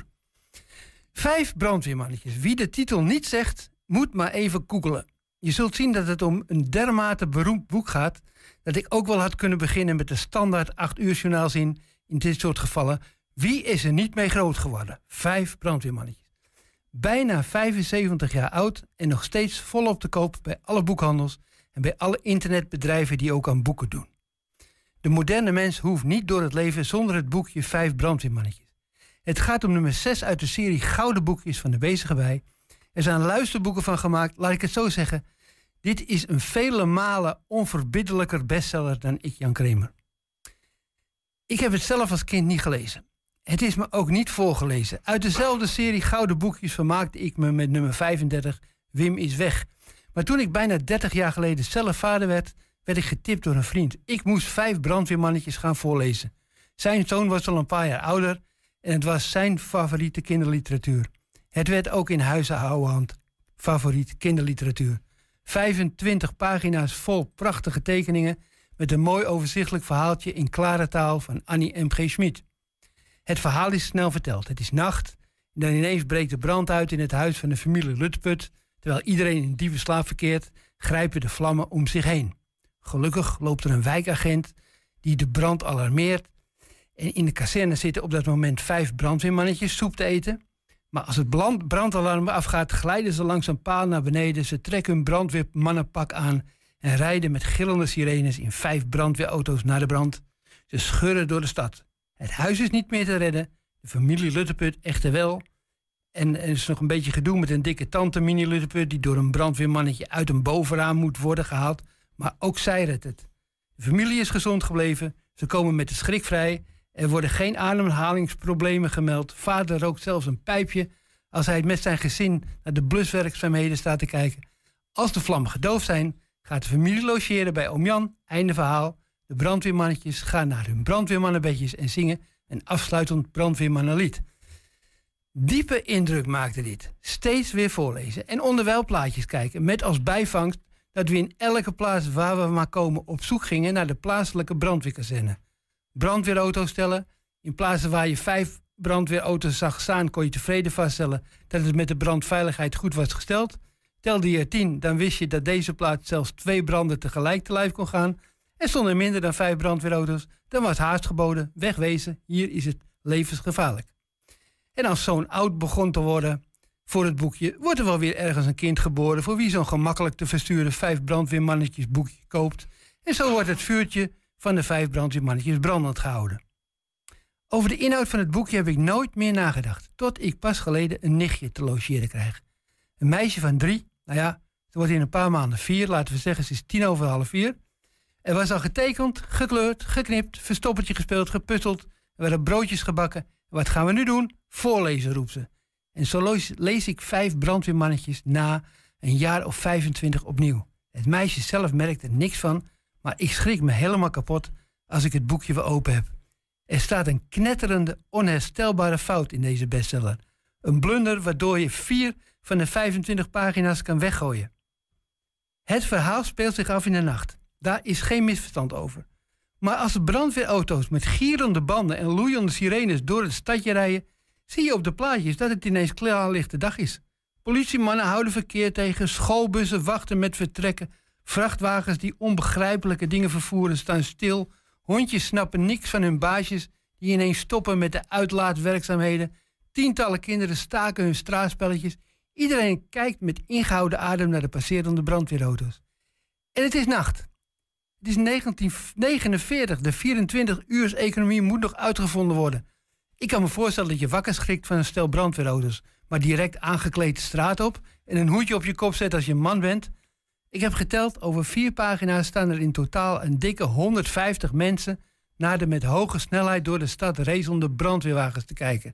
5 brandweermannetjes. Wie de titel niet zegt, moet maar even googelen. Je zult zien dat het om een dermate beroemd boek gaat dat ik ook wel had kunnen beginnen met de standaard 8 uur journaalzin in dit soort gevallen. Wie is er niet mee groot geworden? 5 brandweermannetjes. Bijna 75 jaar oud en nog steeds volop te koop bij alle boekhandels en bij alle internetbedrijven die ook aan boeken doen. De moderne mens hoeft niet door het leven zonder het boekje 5 brandweermannetjes. Het gaat om nummer 6 uit de serie Gouden Boekjes van de Bezige Bij. Er zijn luisterboeken van gemaakt, laat ik het zo zeggen. Dit is een vele malen onverbiddelijker bestseller dan Ik, Jan Kramer. Ik heb het zelf als kind niet gelezen. Het is me ook niet voorgelezen. Uit dezelfde serie Gouden Boekjes vermaakte ik me met nummer 35, Wim is weg. Maar toen ik bijna 30 jaar geleden zelf vader werd ik getipt door een vriend. Ik moest 5 brandweermannetjes gaan voorlezen. Zijn zoon was al een paar jaar ouder en het was zijn favoriete kinderliteratuur. Het werd ook in Huizen Ouwehand favoriet kinderliteratuur. 25 pagina's vol prachtige tekeningen met een mooi overzichtelijk verhaaltje in klare taal van Annie M.G. Schmid. Het verhaal is snel verteld. Het is nacht en dan ineens breekt de brand uit in het huis van de familie Lutput. Terwijl iedereen in diepe slaap verkeert, grijpen de vlammen om zich heen. Gelukkig loopt er een wijkagent die de brand alarmeert. En in de kazerne zitten op dat moment 5 brandweermannetjes soep te eten. Maar als het brandalarm afgaat, glijden ze langs een paal naar beneden. Ze trekken hun brandweermannenpak aan en rijden met gillende sirenes in 5 brandweerauto's naar de brand. Ze scheuren door de stad. Het huis is niet meer te redden. De familie Lutteput echter wel. En er is nog een beetje gedoe met een dikke tante Minnie Lutteput die door een brandweermannetje uit een bovenraam moet worden gehaald. Maar ook zij redt het. De familie is gezond gebleven. Ze komen met de schrik vrij. Er worden geen ademhalingsproblemen gemeld. Vader rookt zelfs een pijpje als hij met zijn gezin naar de bluswerkzaamheden staat te kijken. Als de vlammen gedoofd zijn, gaat de familie logeren bij oom Jan. Einde verhaal. De brandweermannetjes gaan naar hun brandweermannenbedjes en zingen een afsluitend brandweermannenlied. Diepe indruk maakte dit. Steeds weer voorlezen en onderwijl plaatjes kijken. Met als bijvangst dat we in elke plaats waar we maar komen op zoek gingen naar de plaatselijke brandweerkazerne. Brandweerauto's tellen. In plaatsen waar je 5 brandweerauto's zag staan, kon je tevreden vaststellen dat het met de brandveiligheid goed was gesteld. Telde je er 10, dan wist je dat deze plaats zelfs 2 branden tegelijk te lijf kon gaan. En stonden er minder dan 5 brandweerauto's, dan was haast geboden, wegwezen, hier is het levensgevaarlijk. En als zo'n oud begon te worden voor het boekje, wordt er wel weer ergens een kind geboren voor wie zo'n gemakkelijk te versturen 5 brandweermannetjes boekje koopt. En zo wordt het vuurtje van de 5 brandweermannetjes brandend gehouden. Over de inhoud van het boekje heb ik nooit meer nagedacht, tot ik pas geleden een nichtje te logeren krijg. Een meisje van 3, nou ja, ze wordt in een paar maanden 4. Laten we zeggen, ze is 4:10. Er was al getekend, gekleurd, geknipt, verstoppertje gespeeld, gepuzzeld. Er werden broodjes gebakken. Wat gaan we nu doen? Voorlezen, roept ze. En zo lees ik 5 brandweermannetjes na een jaar of 25 opnieuw. Het meisje zelf merkt er niks van, maar ik schrik me helemaal kapot als ik het boekje weer open heb. Er staat een knetterende, onherstelbare fout in deze bestseller. Een blunder waardoor je 4 van de 25 pagina's kan weggooien. Het verhaal speelt zich af in de nacht. Daar is geen misverstand over. Maar als de brandweerauto's met gierende banden en loeiende sirenes door het stadje rijden, zie je op de plaatjes dat het ineens klaarlichte dag is. Politiemannen houden verkeer tegen, schoolbussen wachten met vertrekken, vrachtwagens die onbegrijpelijke dingen vervoeren staan stil, hondjes snappen niks van hun baasjes die ineens stoppen met de uitlaatwerkzaamheden, tientallen kinderen staken hun straatspelletjes, iedereen kijkt met ingehouden adem naar de passerende brandweerauto's. En het is nacht. Het is 1949, de 24-uurs-economie moet nog uitgevonden worden. Ik kan me voorstellen dat je wakker schrikt van een stel brandweerauto's, maar direct aangekleed de straat op en een hoedje op je kop zet als je een man bent. Ik heb geteld, over 4 pagina's staan er in totaal een dikke 150 mensen naar de met hoge snelheid door de stad racelende brandweerwagens te kijken.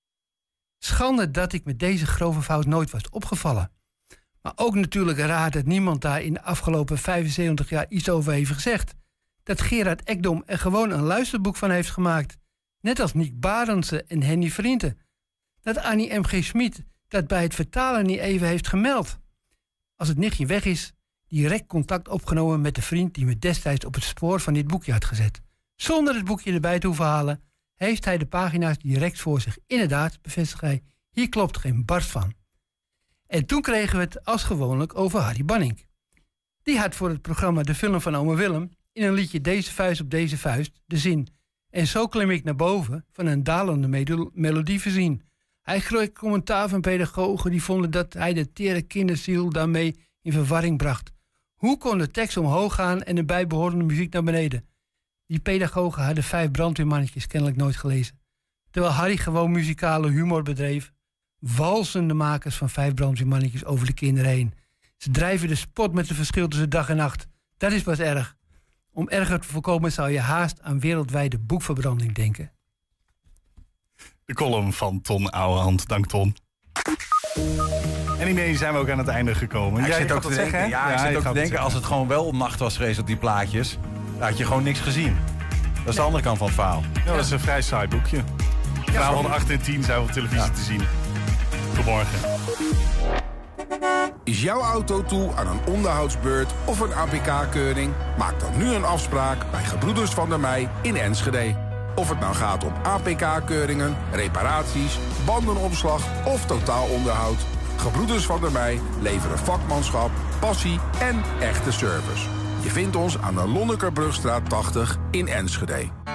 Schande dat ik met deze grove fout nooit was opgevallen. Maar ook natuurlijk raar dat niemand daar in de afgelopen 75 jaar iets over heeft gezegd. Dat Gerard Ekdom er gewoon een luisterboek van heeft gemaakt. Net als Niek Barendse en Henny Vrienden. Dat Annie M.G. Schmid dat bij het vertalen niet even heeft gemeld. Als het nichtje weg is, direct contact opgenomen met de vriend die me destijds op het spoor van dit boekje had gezet. Zonder het boekje erbij te hoeven halen, heeft hij de pagina's direct voor zich. Inderdaad, bevestigt hij, hier klopt geen barst van. En toen kregen we het als gewoonlijk over Harry Banning. Die had voor het programma De Film van Ome Willem in een liedje Deze vuist op deze vuist de zin: en zo klim ik naar boven, van een dalende melodie voorzien. Hij kreeg commentaar van pedagogen die vonden dat hij de tere kinderziel daarmee in verwarring bracht. Hoe kon de tekst omhoog gaan en de bijbehorende muziek naar beneden? Die pedagogen hadden 5 brandweermannetjes kennelijk nooit gelezen. Terwijl Harry gewoon muzikale humor bedreef, walsen de makers van 5 brandweermannetjes over de kinderen heen. Ze drijven de spot met het verschil tussen dag en nacht. Dat is pas erg. Om erger te voorkomen zou je haast aan wereldwijde boekverbranding denken. De column van Ton Ouwehand. Dank Ton. En hiermee zijn we ook aan het einde gekomen. Ja, ik zit ook te denken, ik zit ook te denken als het gewoon wel nacht was geweest op die plaatjes, dan had je gewoon niks gezien. Dat is de andere kant van het verhaal. Ja, dat is een vrij saai boekje. Vanavond 8 en 10 zijn we op televisie te zien. Goedemorgen. Is jouw auto toe aan een onderhoudsbeurt of een APK-keuring? Maak dan nu een afspraak bij Gebroeders van der Meij in Enschede. Of het nou gaat om APK-keuringen, reparaties, bandenopslag of totaalonderhoud. Gebroeders van der Meij leveren vakmanschap, passie en echte service. Je vindt ons aan de Lonnekerbrugstraat 80 in Enschede.